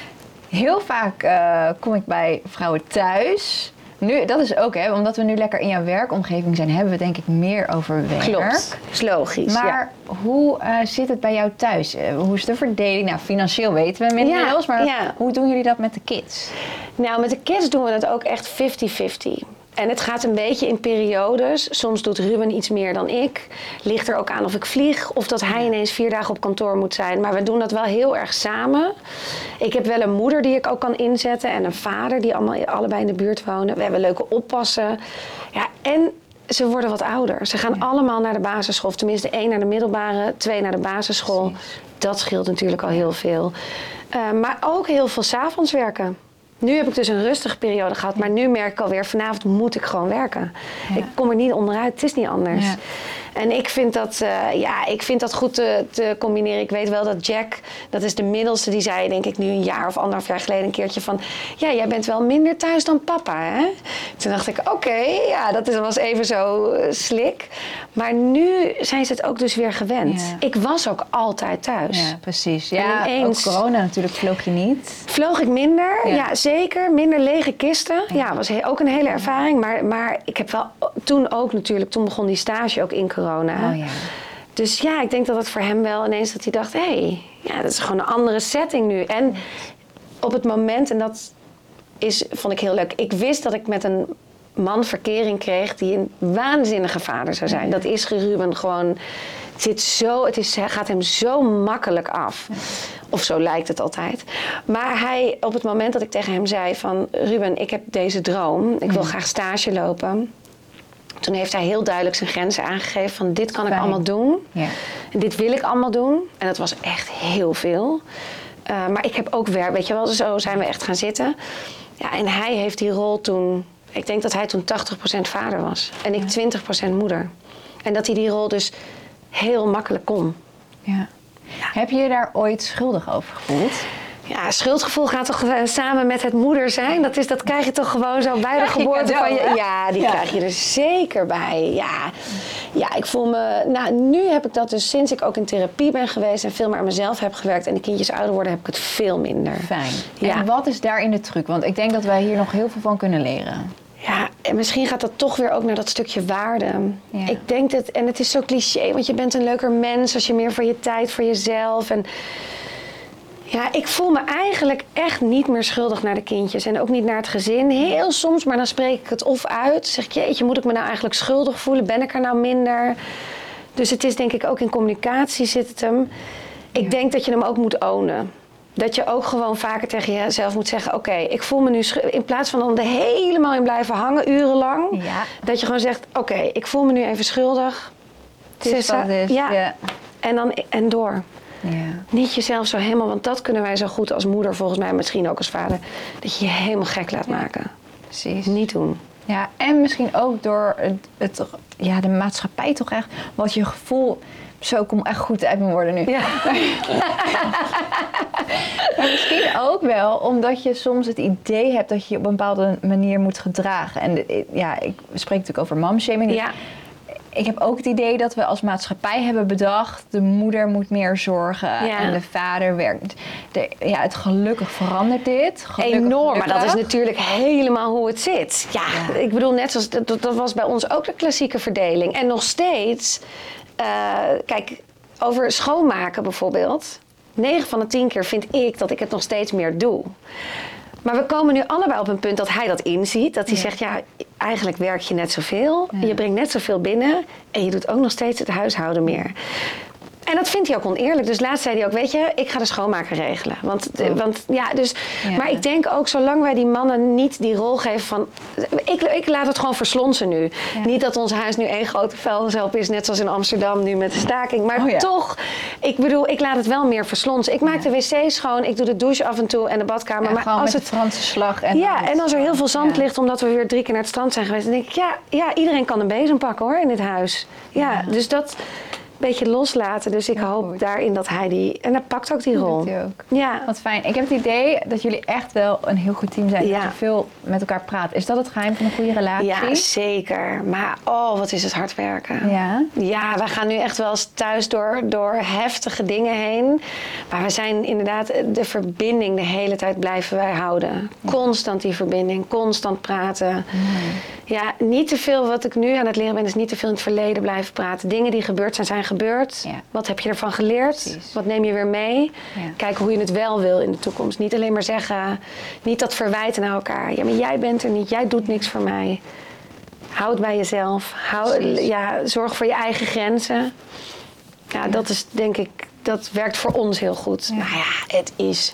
Heel vaak uh, kom ik bij vrouwen thuis. Nu, dat is ook, hè, omdat we nu lekker in jouw werkomgeving zijn, hebben we denk ik meer over werk.
Klopt, is logisch.
Maar
ja.
hoe uh, zit het bij jou thuis? Uh, hoe is de verdeling? Nou, financieel weten we inmiddels, ja, maar ja. hoe doen jullie dat met de kids?
Nou, met de kids doen we het ook echt fifty fifty. En het gaat een beetje in periodes. Soms doet Ruben iets meer dan ik. Ligt er ook aan of ik vlieg of dat hij ineens vier dagen op kantoor moet zijn. Maar we doen dat wel heel erg samen. Ik heb wel een moeder die ik ook kan inzetten en een vader die allemaal, allebei in de buurt wonen. We hebben leuke oppassen. Ja, en ze worden wat ouder. Ze gaan ja. allemaal naar de basisschool. Of tenminste één naar de middelbare, twee naar de basisschool. Precies. Dat scheelt natuurlijk al heel veel. Uh, maar ook heel veel 's avonds werken. Nu heb ik dus een rustige periode gehad, maar nu merk ik alweer, vanavond moet ik gewoon werken. Ja. Ik kom er niet onderuit, het is niet anders. Ja. En ik vind dat, uh, ja, ik vind dat goed te, te combineren. Ik weet wel dat Jack, dat is de middelste, die zei denk ik nu een jaar of anderhalf jaar geleden een keertje van... Ja, jij bent wel minder thuis dan papa, hè? Toen dacht ik, oké, okay, ja, dat was even zo uh, slik. Maar nu zijn ze het ook dus weer gewend. Ja. Ik was ook altijd thuis.
Ja, precies. Ja,
en ineens,
ook corona natuurlijk vloog je niet.
Vloog ik minder, ja, ja zeker. Minder lege kisten. Ja, ja was he- ook een hele ervaring. Maar, maar ik heb wel toen ook natuurlijk, toen begon die stage ook in corona.
Oh, ja.
Dus ja, ik denk dat het voor hem wel ineens dat hij dacht... hé, hey, ja, dat is gewoon een andere setting nu. En op het moment, en dat is, vond ik heel leuk... ik wist dat ik met een man verkering kreeg... die een waanzinnige vader zou zijn. Dat is Ruben gewoon... Het, zit zo, het is, gaat hem zo makkelijk af. Of zo lijkt het altijd. Maar hij, op het moment dat ik tegen hem zei van... Ruben, ik heb deze droom. Ik wil graag stage lopen... Toen heeft hij heel duidelijk zijn grenzen aangegeven van dit kan ik Fijn. allemaal doen. Ja. En dit wil ik allemaal doen. En dat was echt heel veel. Uh, maar ik heb ook werk, weet je wel, zo zijn we echt gaan zitten. Ja, en hij heeft die rol toen, ik denk dat hij toen tachtig procent vader was. En ik ja. twintig procent moeder. En dat hij die rol dus heel makkelijk kon.
Ja. Ja. Heb je je daar ooit schuldig over gevoeld?
Ja, schuldgevoel gaat toch uh, samen met het moeder zijn. Dat, is, dat krijg je toch gewoon zo bij de geboorte van je. Ja, die ja. krijg je er zeker bij. Ja. ja, ik voel me... Nou, nu heb ik dat dus sinds ik ook in therapie ben geweest... en veel meer aan mezelf heb gewerkt... en de kindjes ouder worden, heb ik het veel minder.
Fijn.
Ja.
En wat is daarin de truc? Want ik denk dat wij hier nog heel veel van kunnen leren.
Ja, en misschien gaat dat toch weer ook naar dat stukje waarde. Ja. Ik denk dat... En het is zo cliché, want je bent een leuker mens... als je meer voor je tijd, voor jezelf... en ja, ik voel me eigenlijk echt niet meer schuldig naar de kindjes. En ook niet naar het gezin. Heel soms, maar dan spreek ik het of uit. Zeg ik, jeetje, moet ik me nou eigenlijk schuldig voelen? Ben ik er nou minder? Dus het is denk ik ook in communicatie zit het hem. Ik ja. denk dat je hem ook moet ownen. Dat je ook gewoon vaker tegen jezelf moet zeggen... oké, okay, ik voel me nu schuldig. In plaats van er helemaal in blijven hangen, urenlang. Ja. Dat je gewoon zegt, oké, okay, ik voel me nu even schuldig.
Het is wat het is.
Ja. ja. En, dan, en door.
Ja.
Niet jezelf zo helemaal, want dat kunnen wij zo goed als moeder, volgens mij misschien ook als vader, dat je je helemaal gek laat maken. Ja,
precies.
Niet doen.
Ja, en misschien ook door het, het, ja, de maatschappij toch echt, wat je gevoel, Zo, ik kom echt goed uit mijn woorden nu.
Ja.
Maar misschien ook wel omdat je soms het idee hebt dat je je op een bepaalde manier moet gedragen. En de, ja, ik spreek natuurlijk over momshaming.
Ja.
Ik heb ook het idee dat we als maatschappij hebben bedacht... de moeder moet meer zorgen
Ja.
en de vader werkt. De, ja, het gelukkig verandert dit. Gelukkig,
Enorm,
gelukkig.
maar dat is natuurlijk helemaal hoe het zit. Ja, ja. Ik bedoel, net zoals dat, dat was bij ons ook de klassieke verdeling. En nog steeds, uh, kijk, over schoonmaken bijvoorbeeld... negen van de tien keer vind ik dat ik het nog steeds meer doe. Maar we komen nu allebei op een punt dat hij dat inziet. Dat hij ja. zegt, ja, eigenlijk werk je net zoveel. Ja. Je brengt net zoveel binnen. En je doet ook nog steeds het huishouden meer. En dat vindt hij ook oneerlijk. Dus laatst zei hij ook, weet je, ik ga de schoonmaker regelen. Want, oh. want ja, dus... Ja. Maar ik denk ook, zolang wij die mannen niet die rol geven van... Ik, ik laat het gewoon verslonsen nu. Ja. Niet dat ons huis nu één grote vuilnishoop is, net zoals in Amsterdam nu met de staking. Maar oh, ja. toch, ik bedoel, ik laat het wel meer verslonsen. Ik maak ja. de wc schoon, ik doe de douche af en toe en de badkamer.
Ja,
maar
gewoon
als
met
het
de Franse slag. En
ja, en als er heel veel zand ja. ligt omdat we weer drie keer naar het strand zijn geweest... dan denk ik, ja, ja iedereen kan een bezem pakken hoor, in dit huis. Ja, ja. dus dat... beetje loslaten. Dus ik ja, hoop goed. daarin dat hij die... En hij pakt ook die rol.
Dat doet hij ook.
Ja.
Wat fijn. Ik heb het idee dat jullie echt wel een heel goed team zijn.
Ja.
Dat je veel met elkaar praat. Is dat het geheim van een goede relatie?
Ja, zeker. Maar oh, wat is het hard werken.
Ja?
Ja, we gaan nu echt wel eens thuis door, door heftige dingen heen. Maar we zijn inderdaad... De verbinding de hele tijd blijven wij houden. Ja. Constant die verbinding. Constant praten. Mm. Ja, niet te veel wat ik nu aan het leren ben... is niet te veel in het verleden blijven praten. Dingen die gebeurd zijn, zijn gebeurd. Ja. Wat heb je ervan geleerd? Precies. Wat neem je weer mee? Ja. Kijken hoe je het wel wil in de toekomst. Niet alleen maar zeggen, niet dat verwijten naar elkaar. Ja, maar jij bent er niet, jij doet niks voor mij. Houd bij jezelf. Hou, ja, zorg voor je eigen grenzen. Ja, ja, dat is denk ik, dat werkt voor ons heel goed. Ja. Nou ja, het is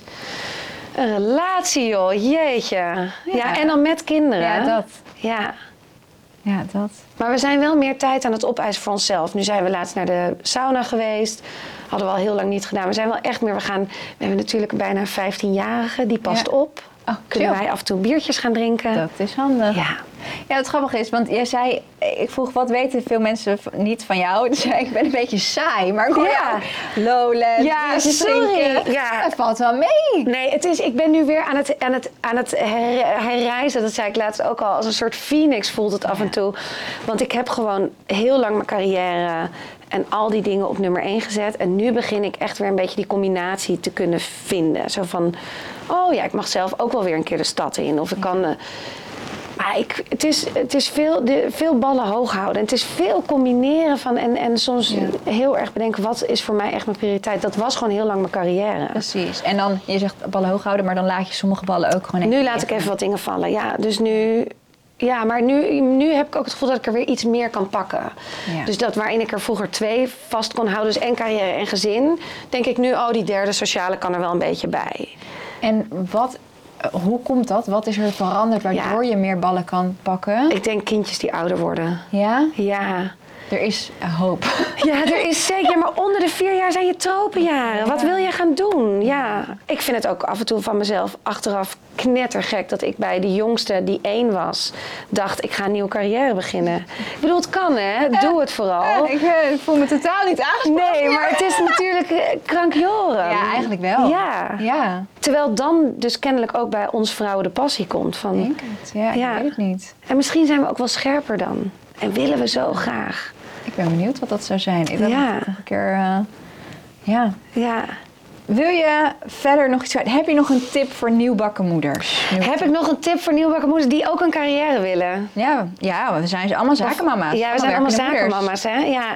een relatie joh, jeetje. Ja, ja en dan met kinderen.
Ja, dat.
Ja.
Ja, dat.
Maar we zijn wel meer tijd aan het opeisen voor onszelf. Nu zijn we laatst naar de sauna geweest. Hadden we al heel lang niet gedaan. We zijn wel echt meer... We, gaan, we hebben natuurlijk bijna een vijftienjarige. Die past ja. op. Oh, Kunnen chill. wij af en toe biertjes gaan drinken.
Dat is handig.
Ja.
Ja, het grappige is, want jij zei... Ik vroeg, wat weten veel mensen niet van jou? Dus zei ik ben een beetje saai. Maar ik hoor
ja.
jou lowland,
ja, sorry. Ja.
Het valt wel mee.
Nee, het is, ik ben nu weer aan het, aan het, aan het her, herreizen. Dat zei ik laatst ook al. Als een soort phoenix voelt het af ja. en toe. Want ik heb gewoon heel lang mijn carrière... en al die dingen op nummer één gezet. En nu begin ik echt weer een beetje die combinatie te kunnen vinden. Zo van, oh ja, ik mag zelf ook wel weer een keer de stad in. Of ik kan... Uh, maar ik, het is, het is veel, de, veel ballen hoog houden. En het is veel combineren van... En, en soms ja. heel erg bedenken, wat is voor mij echt mijn prioriteit? Dat was gewoon heel lang mijn carrière.
Precies. En dan, je zegt ballen hoog houden, maar dan laat je sommige ballen ook gewoon...
Nu laat ik even wat dingen vallen, ja. Dus nu... Ja, maar nu, nu heb ik ook het gevoel dat ik er weer iets meer kan pakken. Ja. Dus dat waarin ik er vroeger twee vast kon houden, dus en carrière en gezin... denk ik nu, oh, die derde sociale kan er wel een beetje bij.
En wat... Hoe komt dat? Wat is er veranderd waardoor ja. je meer ballen kan pakken?
Ik denk kindjes die ouder worden.
Ja?
Ja.
Er is hoop.
Ja, er is zeker. Maar onder de vier jaar zijn je tropenjaren. Ja. Wat wil je gaan doen? Ja. Ik vind het ook af en toe van mezelf achteraf knettergek dat ik bij de jongste die één was, dacht ik ga een nieuwe carrière beginnen. Ik bedoel, het kan hè. Doe het vooral.
Ik uh, voel me totaal niet aangesproken.
Nee, maar het is natuurlijk uh, krankjoren.
Ja, eigenlijk wel.
Ja.
ja.
Terwijl dan dus kennelijk ook bij ons vrouwen de passie komt. Van,
denk het. Ja, ik ja. weet het niet.
En misschien zijn we ook wel scherper dan. En willen we zo graag.
Ik ben benieuwd wat dat zou zijn. Ik wil
ja.
nog een keer... Uh, ja.
Ja.
Wil je verder nog iets... Heb je nog een tip voor nieuwbakken moeders?
Nieuw Heb ik nog een tip voor nieuwbakken moeders die ook een carrière willen?
Ja, ja we zijn allemaal zakenmama's.
Ja, we zijn allemaal zakenmama's, hè? Ja.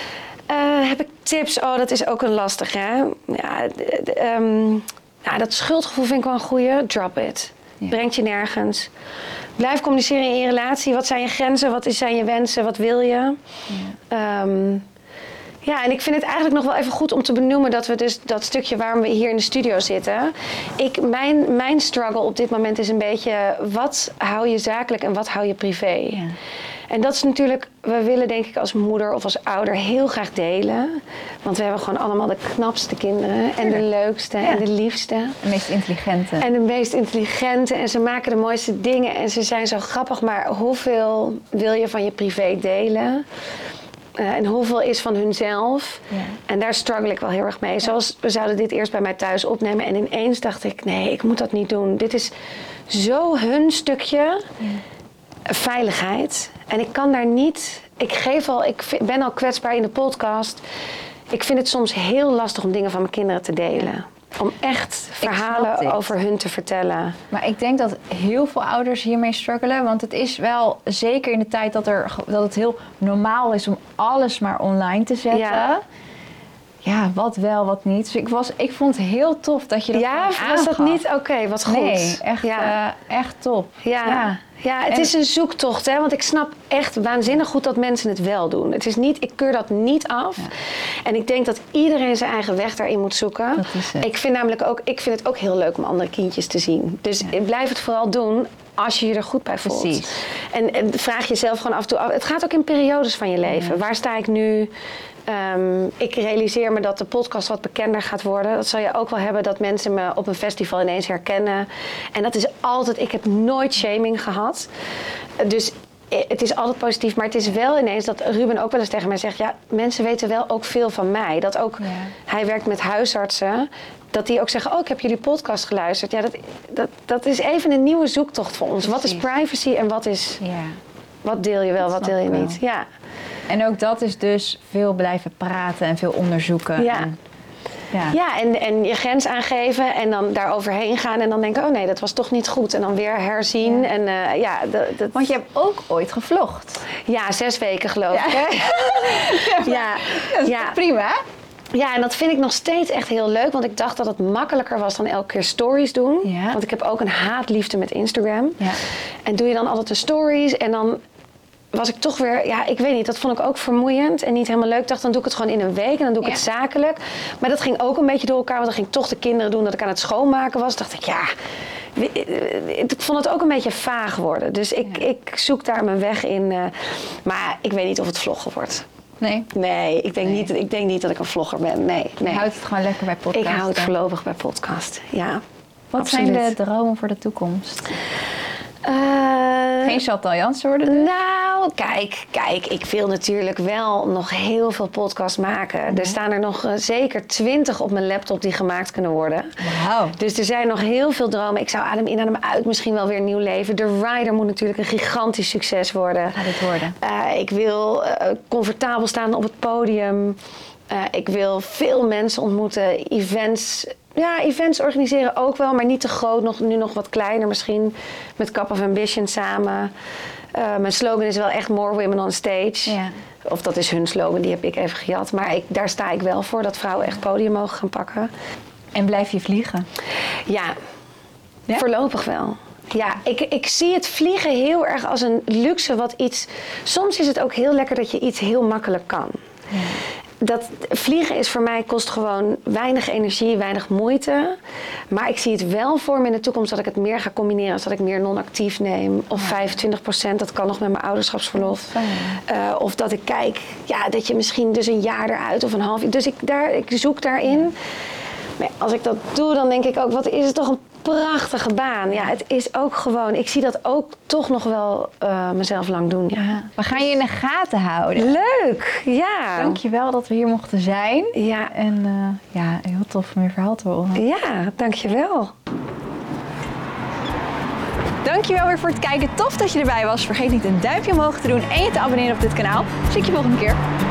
Uh, heb ik tips? Oh, dat is ook een lastig, hè? Ja, de, de, um, nou, dat schuldgevoel vind ik wel een goeie. Drop it. Ja. Brengt je nergens. Blijf communiceren in je relatie. Wat zijn je grenzen? Wat zijn je wensen? Wat wil je? Ja. Um, ja, en ik vind het eigenlijk nog wel even goed om te benoemen dat we dus dat stukje waarom we hier in de studio zitten. Ik, mijn, mijn struggle op dit moment is een beetje, wat hou je zakelijk en wat hou je privé? Ja. En dat is natuurlijk, we willen denk ik als moeder of als ouder heel graag delen. Want we hebben gewoon allemaal de knapste kinderen. En de leukste ja. en de liefste.
De meest intelligente.
En de meest intelligente. En ze maken de mooiste dingen. En ze zijn zo grappig. Maar hoeveel wil je van je privé delen? Uh, en hoeveel is van hunzelf? Ja. En daar struggle ik wel heel erg mee. Ja. Zoals we zouden dit eerst bij mij thuis opnemen. En ineens dacht ik, nee, ik moet dat niet doen. Dit is zo hun stukje ja. veiligheid. En ik kan daar niet... Ik geef al, ik ben al kwetsbaar in de podcast. Ik vind het soms heel lastig om dingen van mijn kinderen te delen. Ja. Om echt verhalen over hun te vertellen.
Maar ik denk dat heel veel ouders hiermee struggelen. Want het is wel, zeker in de tijd dat, er, dat het heel normaal is om alles maar online te zetten. Ja, ja wat wel, wat niet. Dus ik, was, ik vond het heel tof dat je dat
ja, was dat niet? Oké, okay, wat goed.
Nee, echt, ja. uh, echt top.
Ja. ja. Ja, het en... is een zoektocht, hè? Want ik snap echt waanzinnig goed dat mensen het wel doen. Het is niet, ik keur dat niet af. Ja. En ik denk dat iedereen zijn eigen weg daarin moet zoeken.
Dat is het.
Ik vind namelijk ook, ik vind het ook heel leuk om andere kindjes te zien. Dus ja. blijf het vooral doen als je je er goed bij voelt.
Precies.
En, en vraag jezelf gewoon af en toe af. Het gaat ook in periodes van je leven. Ja. Waar sta ik nu? Um, ik realiseer me dat de podcast wat bekender gaat worden. Dat zal je ook wel hebben dat mensen me op een festival ineens herkennen. En dat is altijd... Ik heb nooit shaming gehad. Dus het is altijd positief. Maar het is wel ineens dat Ruben ook wel eens tegen mij zegt... Ja, mensen weten wel ook veel van mij. Dat ook... Ja. Hij werkt met huisartsen. Dat die ook zeggen, oh, ik heb jullie podcast geluisterd. Ja, dat, dat, dat is even een nieuwe zoektocht voor ons. Precies. Wat is privacy en wat is... Ja. Wat deel je wel, dat wat deel je wel. niet. Ja.
En ook dat is dus veel blijven praten en veel onderzoeken.
Ja,
en,
ja. ja en, en je grens aangeven en dan daar overheen gaan en dan denken, oh nee, dat was toch niet goed. En dan weer herzien. Ja. En, uh, ja, dat, dat...
Want je hebt ook ooit gevlogd.
Ja, zes weken geloof ik.
Ja.
Hè? ja,
dat is
ja.
prima.
Ja, en dat vind ik nog steeds echt heel leuk. Want ik dacht dat het makkelijker was dan elke keer stories doen. Ja. Want ik heb ook een haatliefde met Instagram. Ja. En doe je dan altijd de stories en dan... was ik toch weer, ja, ik weet niet, dat vond ik ook vermoeiend en niet helemaal leuk. Ik dacht, dan doe ik het gewoon in een week en dan doe ik ja. het zakelijk. Maar dat ging ook een beetje door elkaar, want dan ging ik toch de kinderen doen dat ik aan het schoonmaken was. Dacht ik, ja, ik vond het ook een beetje vaag worden. Dus ik, ja. ik zoek daar mijn weg in. Uh, maar ik weet niet of het vloggen wordt.
Nee?
Nee, ik denk, nee. Niet, ik denk niet dat ik een vlogger ben, nee. nee.
Je houdt het gewoon lekker bij podcast.
Ik houd het voorlopig bij podcast, ja.
Wat
absoluut.
zijn de dromen voor de toekomst?
Uh,
Geen Chantal Jansen worden dus?
Nou, kijk, kijk, ik wil natuurlijk wel nog heel veel podcasts maken. Mm-hmm. Er staan er nog uh, zeker twintig op mijn laptop die gemaakt kunnen worden.
Wauw.
Dus er zijn nog heel veel dromen. Ik zou Adem in, Adem uit misschien wel weer een nieuw leven. The Rider moet natuurlijk een gigantisch succes worden.
Gaat het worden?
Uh, ik wil uh, comfortabel staan op het podium. Uh, ik wil veel mensen ontmoeten, events... Ja, events organiseren ook wel, maar niet te groot. Nog, nu nog wat kleiner misschien. Met Cup of Ambition samen. Uh, mijn slogan is wel echt More Women on Stage. Ja. Of dat is hun slogan, die heb ik even gejat. Maar ik, daar sta ik wel voor, dat vrouwen echt podium mogen gaan pakken.
En blijf je vliegen?
Ja, ja? Voorlopig wel. Ja, ik, ik zie het vliegen heel erg als een luxe wat iets... Soms is het ook heel lekker dat je iets heel makkelijk kan. Ja. Dat vliegen is voor mij kost gewoon weinig energie, weinig moeite. Maar ik zie het wel voor me in de toekomst dat ik het meer ga combineren. Als dat ik meer non-actief neem. Of ja. vijfentwintig procent, dat kan nog met mijn ouderschapsverlof. Uh, of dat ik kijk, ja, dat je misschien dus een jaar eruit of een half jaar. Dus ik, daar, ik zoek daarin. Maar als ik dat doe, dan denk ik ook, wat is het toch een prachtige baan. Ja, het is ook gewoon... Ik zie dat ook toch nog wel uh, mezelf lang doen. Ja. Ja.
We gaan je in de gaten houden.
Leuk, ja.
Dankjewel dat we hier mochten zijn.
Ja.
En uh, ja, heel tof om je verhaal te horen.
Ja, dankjewel.
Dankjewel weer voor het kijken. Tof dat je erbij was. Vergeet niet een duimpje omhoog te doen en je te abonneren op dit kanaal. Zie ik je volgende keer.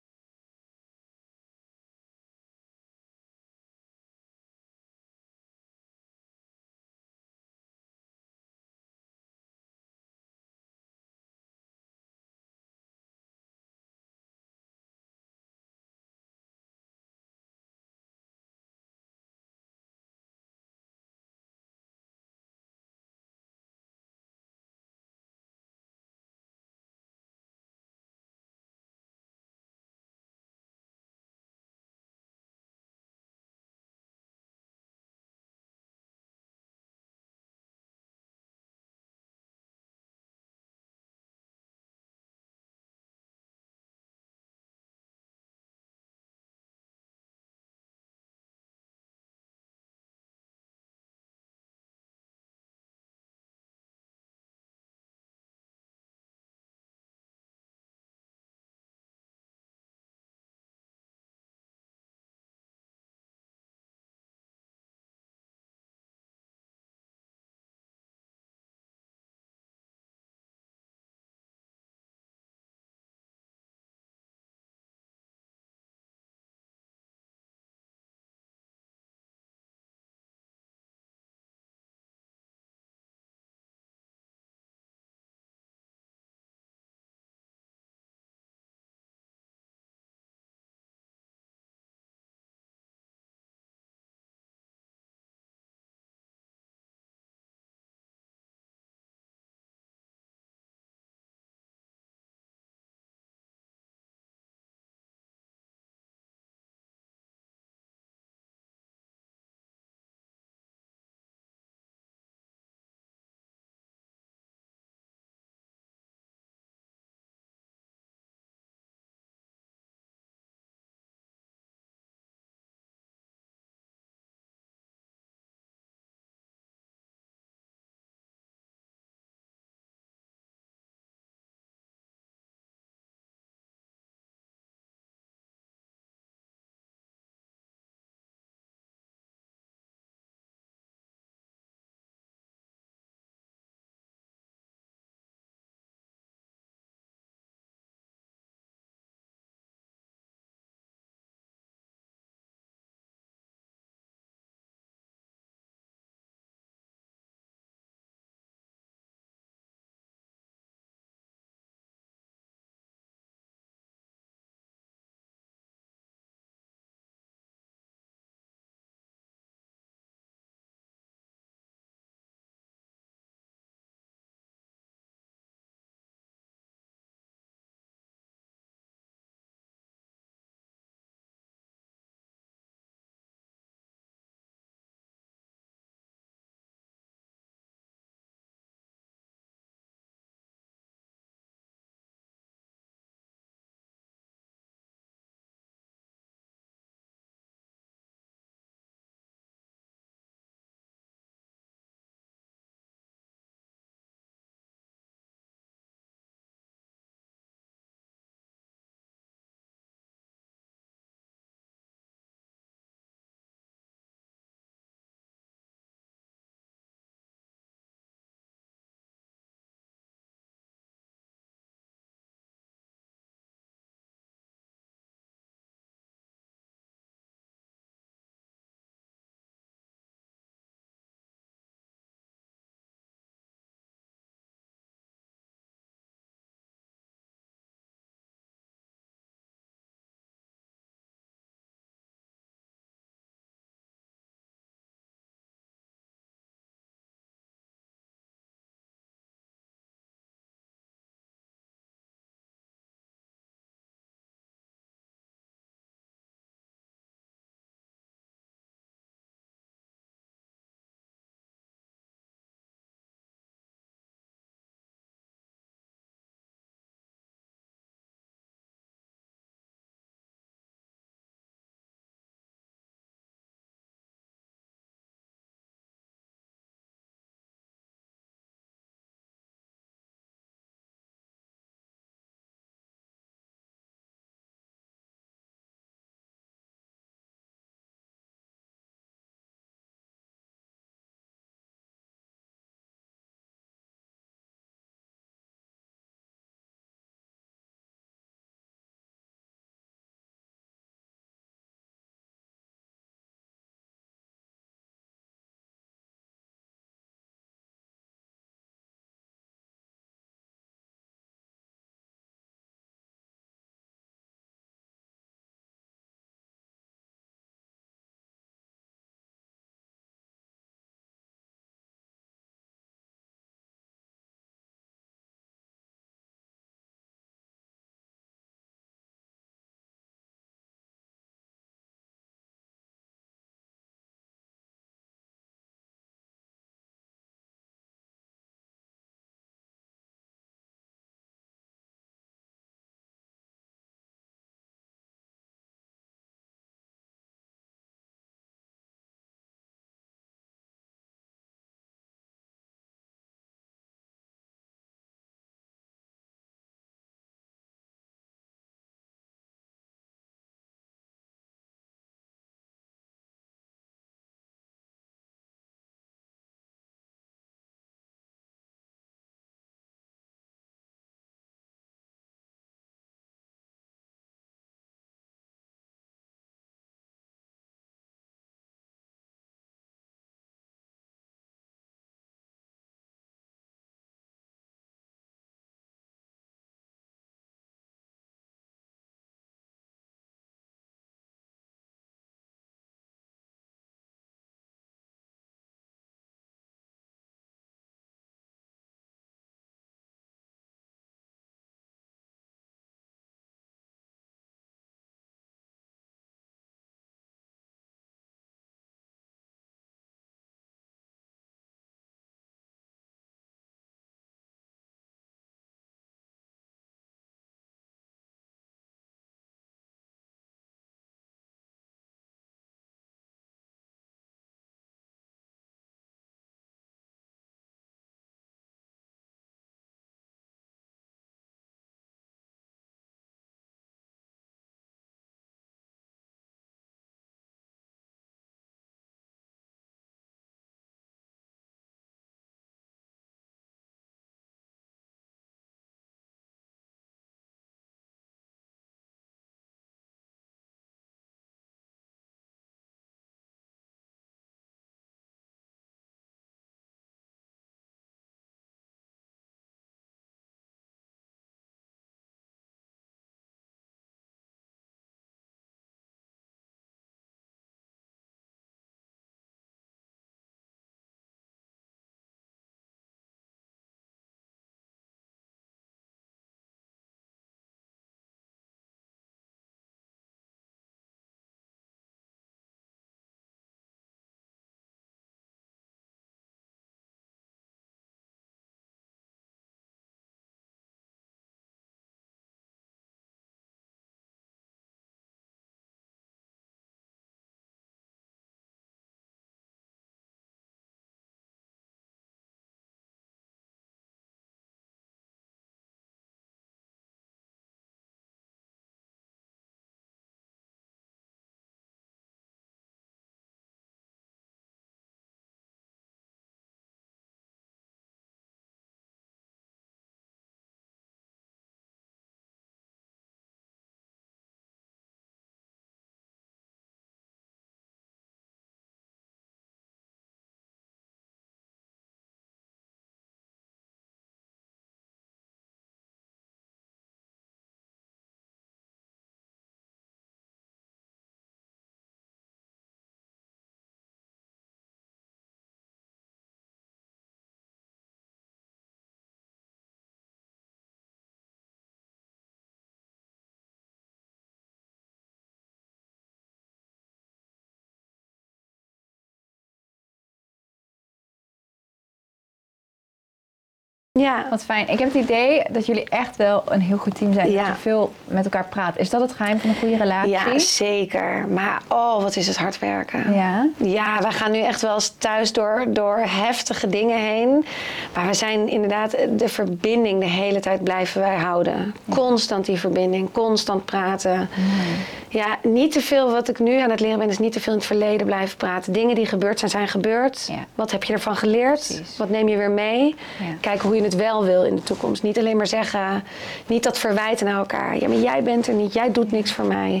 Ja.
Wat fijn. Ik heb het idee dat jullie echt wel een heel goed team zijn.
Ja.
Dat je veel met elkaar praat. Is dat het geheim van een goede relatie?
Ja, zeker. Maar oh, wat is het hard werken.
Ja?
Ja, we gaan nu echt wel eens thuis door, door heftige dingen heen. Maar we zijn inderdaad de verbinding de hele tijd blijven wij houden. Ja. Constant die verbinding, constant praten. Mm. Ja, niet te veel wat ik nu aan het leren ben, is niet te veel in het verleden blijven praten. Dingen die gebeurd zijn, zijn gebeurd. Ja. Wat heb je ervan geleerd? Precies. Wat neem je weer mee? Ja. Kijken hoe je het wel wil in de toekomst. Niet alleen maar zeggen, niet dat verwijten naar elkaar. Ja, maar jij bent er niet, jij doet niks voor mij.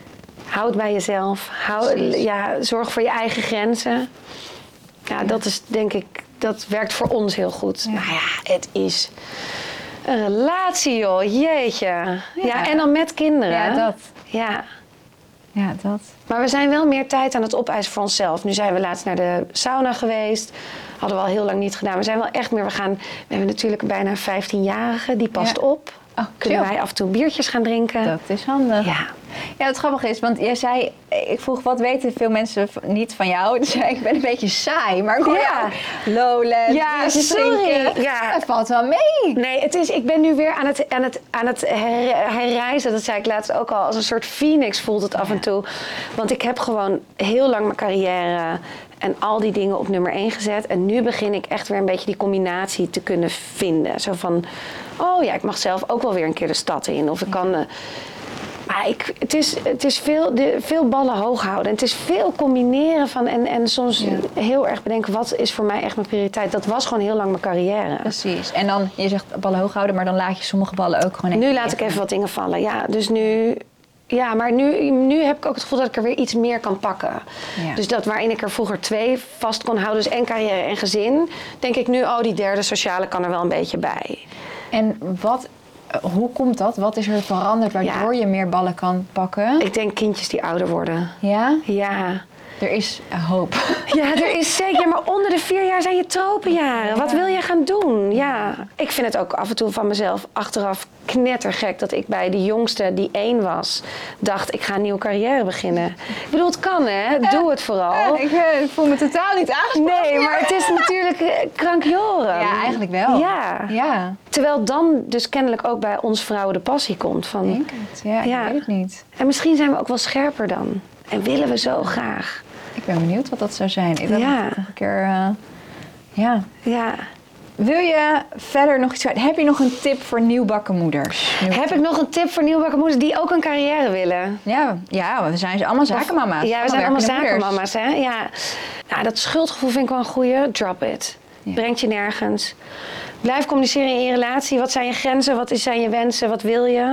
Houd bij jezelf. Hou, ja, zorg voor je eigen grenzen. Ja, ja, dat is denk ik, dat werkt voor ons heel goed. Ja. Nou ja, het is een relatie, joh. Jeetje. Ja, ja en dan met kinderen.
Ja, dat.
Ja.
Ja, dat.
Maar we zijn wel meer tijd aan het opeisen voor onszelf. Nu zijn we laatst naar de sauna geweest. Hadden we al heel lang niet gedaan. We zijn wel echt meer, we gaan, we hebben natuurlijk bijna een vijftienjarige, die past ja. op. Oh, Kunnen wij af en toe biertjes gaan drinken.
Dat is handig.
Ja.
Ja, het grappige is, want jij zei, ik vroeg wat weten veel mensen niet van jou. Dus zei ik ben een beetje saai, maar ik hoor
ja.
jou lowland,
ja, sorry.
Ja. Het valt wel mee.
Nee, het is, ik ben nu weer aan het, aan het, aan het her, herreizen. Dat zei ik laatst ook al. Als een soort phoenix voelt het af ja. en toe. Want ik heb gewoon heel lang mijn carrière en al die dingen op nummer één gezet. En nu begin ik echt weer een beetje die combinatie te kunnen vinden. Zo van, oh ja, ik mag zelf ook wel weer een keer de stad in. Of ik kan... Uh, Maar ik, het is, het is veel, de, veel ballen hoog houden. En het is veel combineren van... En, en soms ja. heel erg bedenken, wat is voor mij echt mijn prioriteit? Dat was gewoon heel lang mijn carrière.
Precies. En dan, je zegt ballen hoog houden, maar dan laat je sommige ballen ook gewoon...
Nu laat ik even wat dingen vallen, ja. Dus nu... Ja, maar nu, nu heb ik ook het gevoel dat ik er weer iets meer kan pakken. Ja. Dus dat waarin ik er vroeger twee vast kon houden, dus en carrière en gezin... denk ik nu, oh, die derde sociale kan er wel een beetje bij.
En wat... Hoe komt dat? Wat is er veranderd waardoor ja. je meer ballen kan pakken?
Ik denk kindjes die ouder worden.
Ja?
Ja.
Er is hoop.
Ja, er is zeker. Maar onder de vier jaar zijn je tropenjaren. Ja. Wat wil je gaan doen? Ja. Ik vind het ook af en toe van mezelf achteraf knettergek dat ik bij de jongste die één was, dacht ik ga een nieuwe carrière beginnen. Ik bedoel, het kan hè. Doe het vooral.
Ja, ik, uh, ik voel me totaal niet aangesproken.
Nee, maar het is natuurlijk uh, krankjoren.
Ja, eigenlijk wel.
Ja.
ja.
Terwijl dan dus kennelijk ook bij ons vrouwen de passie komt. Van,
ik denk het. Ja, ja, ik weet het niet.
En misschien zijn we ook wel scherper dan. En willen we zo graag.
Ik ben benieuwd wat dat zou zijn. Ik wil
ja.
nog een keer... Uh, ja.
Ja.
Wil je verder nog iets... Heb je nog een tip voor nieuwbakken moeders?
Nieuwbakken. Heb ik nog een tip voor nieuwbakken moeders die ook een carrière willen?
Ja, ja we zijn allemaal zakenmama's.
Ja, we zijn allemaal zakenmama's. Hè? Ja. Nou, dat schuldgevoel vind ik wel een goeie. Drop it. Ja. Brengt je nergens. Blijf communiceren in je relatie. Wat zijn je grenzen? Wat zijn je wensen? Wat wil je?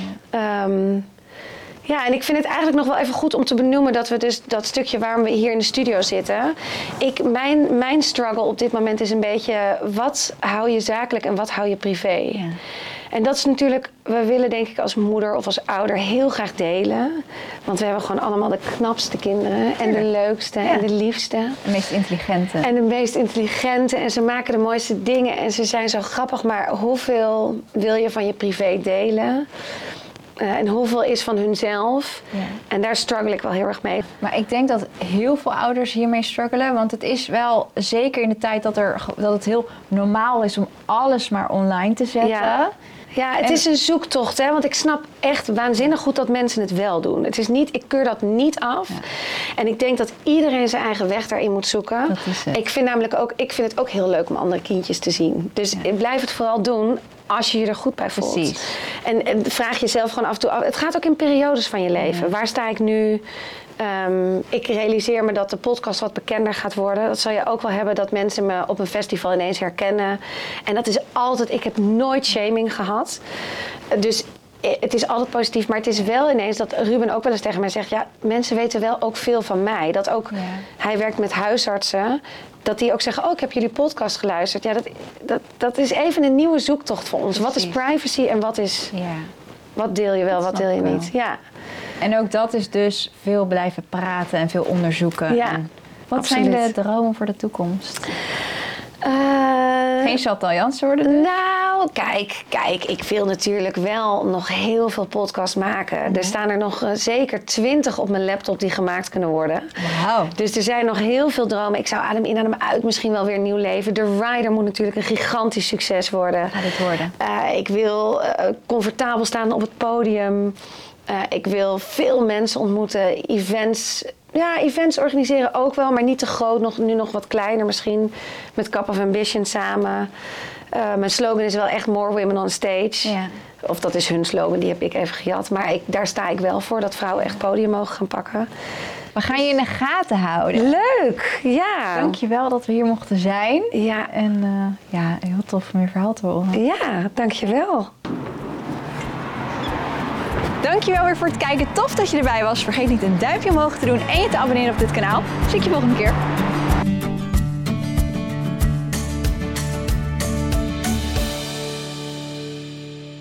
Ja. Um, Ja, en ik vind het eigenlijk nog wel even goed om te benoemen dat we dus dat stukje waarom we hier in de studio zitten. Ik, mijn, mijn struggle op dit moment is een beetje, wat hou je zakelijk en wat hou je privé? Ja. En dat is natuurlijk, we willen denk ik als moeder of als ouder heel graag delen. Want we hebben gewoon allemaal de knapste kinderen en de leukste ja. en de liefste.
De meest intelligente.
En de meest intelligente en ze maken de mooiste dingen en ze zijn zo grappig. Maar hoeveel wil je van je privé delen? Uh, en hoeveel is van hunzelf. Ja. En daar struggle ik wel heel erg mee.
Maar ik denk dat heel veel ouders hiermee struggelen. Want het is wel, zeker in de tijd dat, er, dat het heel normaal is om alles maar online te zetten.
Ja. Ja, het en... is een zoektocht, hè? Want ik snap echt waanzinnig goed dat mensen het wel doen. Het is niet, ik keur dat niet af. Ja. En ik denk dat iedereen zijn eigen weg daarin moet zoeken.
Dat is het.
Ik vind namelijk ook, ik vind het ook heel leuk om andere kindjes te zien. Dus ja. blijf het vooral doen als je je er goed bij voelt.
Precies.
En, en vraag jezelf gewoon af en toe af. Het gaat ook in periodes van je leven. Ja. Waar sta ik nu? Um, ik realiseer me dat de podcast wat bekender gaat worden. Dat zal je ook wel hebben dat mensen me op een festival ineens herkennen. En dat is altijd... Ik heb nooit shaming gehad. Dus het is altijd positief. Maar het is wel ineens dat Ruben ook wel eens tegen mij zegt... Ja, mensen weten wel ook veel van mij. Dat ook... Ja. Hij werkt met huisartsen. Dat die ook zeggen, oh, ik heb jullie podcast geluisterd. Ja, dat, dat, dat is even een nieuwe zoektocht voor ons. Precies. Wat is privacy en wat is... Ja. Wat deel je wel, dat wat deel je niet? Ja.
En ook dat is dus veel blijven praten en veel onderzoeken.
Ja,
en wat
absoluut.
zijn de dromen voor de toekomst?
Uh,
Geen Chantal Jansen worden dus?
Nou, Nou, kijk, kijk, ik wil natuurlijk wel nog heel veel podcasts maken. Mm-hmm. Er staan er nog uh, zeker twintig op mijn laptop die gemaakt kunnen worden.
Wauw.
Dus er zijn nog heel veel dromen. Ik zou Adem in, Adem uit misschien wel weer een nieuw leven. The Rider moet natuurlijk een gigantisch succes worden.
Gaat het worden?
Uh, ik wil uh, comfortabel staan op het podium. Uh, ik wil veel mensen ontmoeten, events... Ja, events organiseren ook wel, maar niet te groot. Nog, nu nog wat kleiner misschien, met Cup of Ambition samen. Uh, mijn slogan is wel echt More Women on Stage. Ja. Of dat is hun slogan, die heb ik even gejat. Maar ik, daar sta ik wel voor, dat vrouwen echt podium mogen gaan pakken.
We gaan je in de gaten houden.
Leuk, ja.
Dankjewel dat we hier mochten zijn.
Ja.
En uh, ja, heel tof om je verhaal te horen.
Ja, dankjewel.
Dankjewel weer voor het kijken. Tof dat je erbij was. Vergeet niet een duimpje omhoog te doen en je te abonneren op dit kanaal. Zie ik je volgende keer.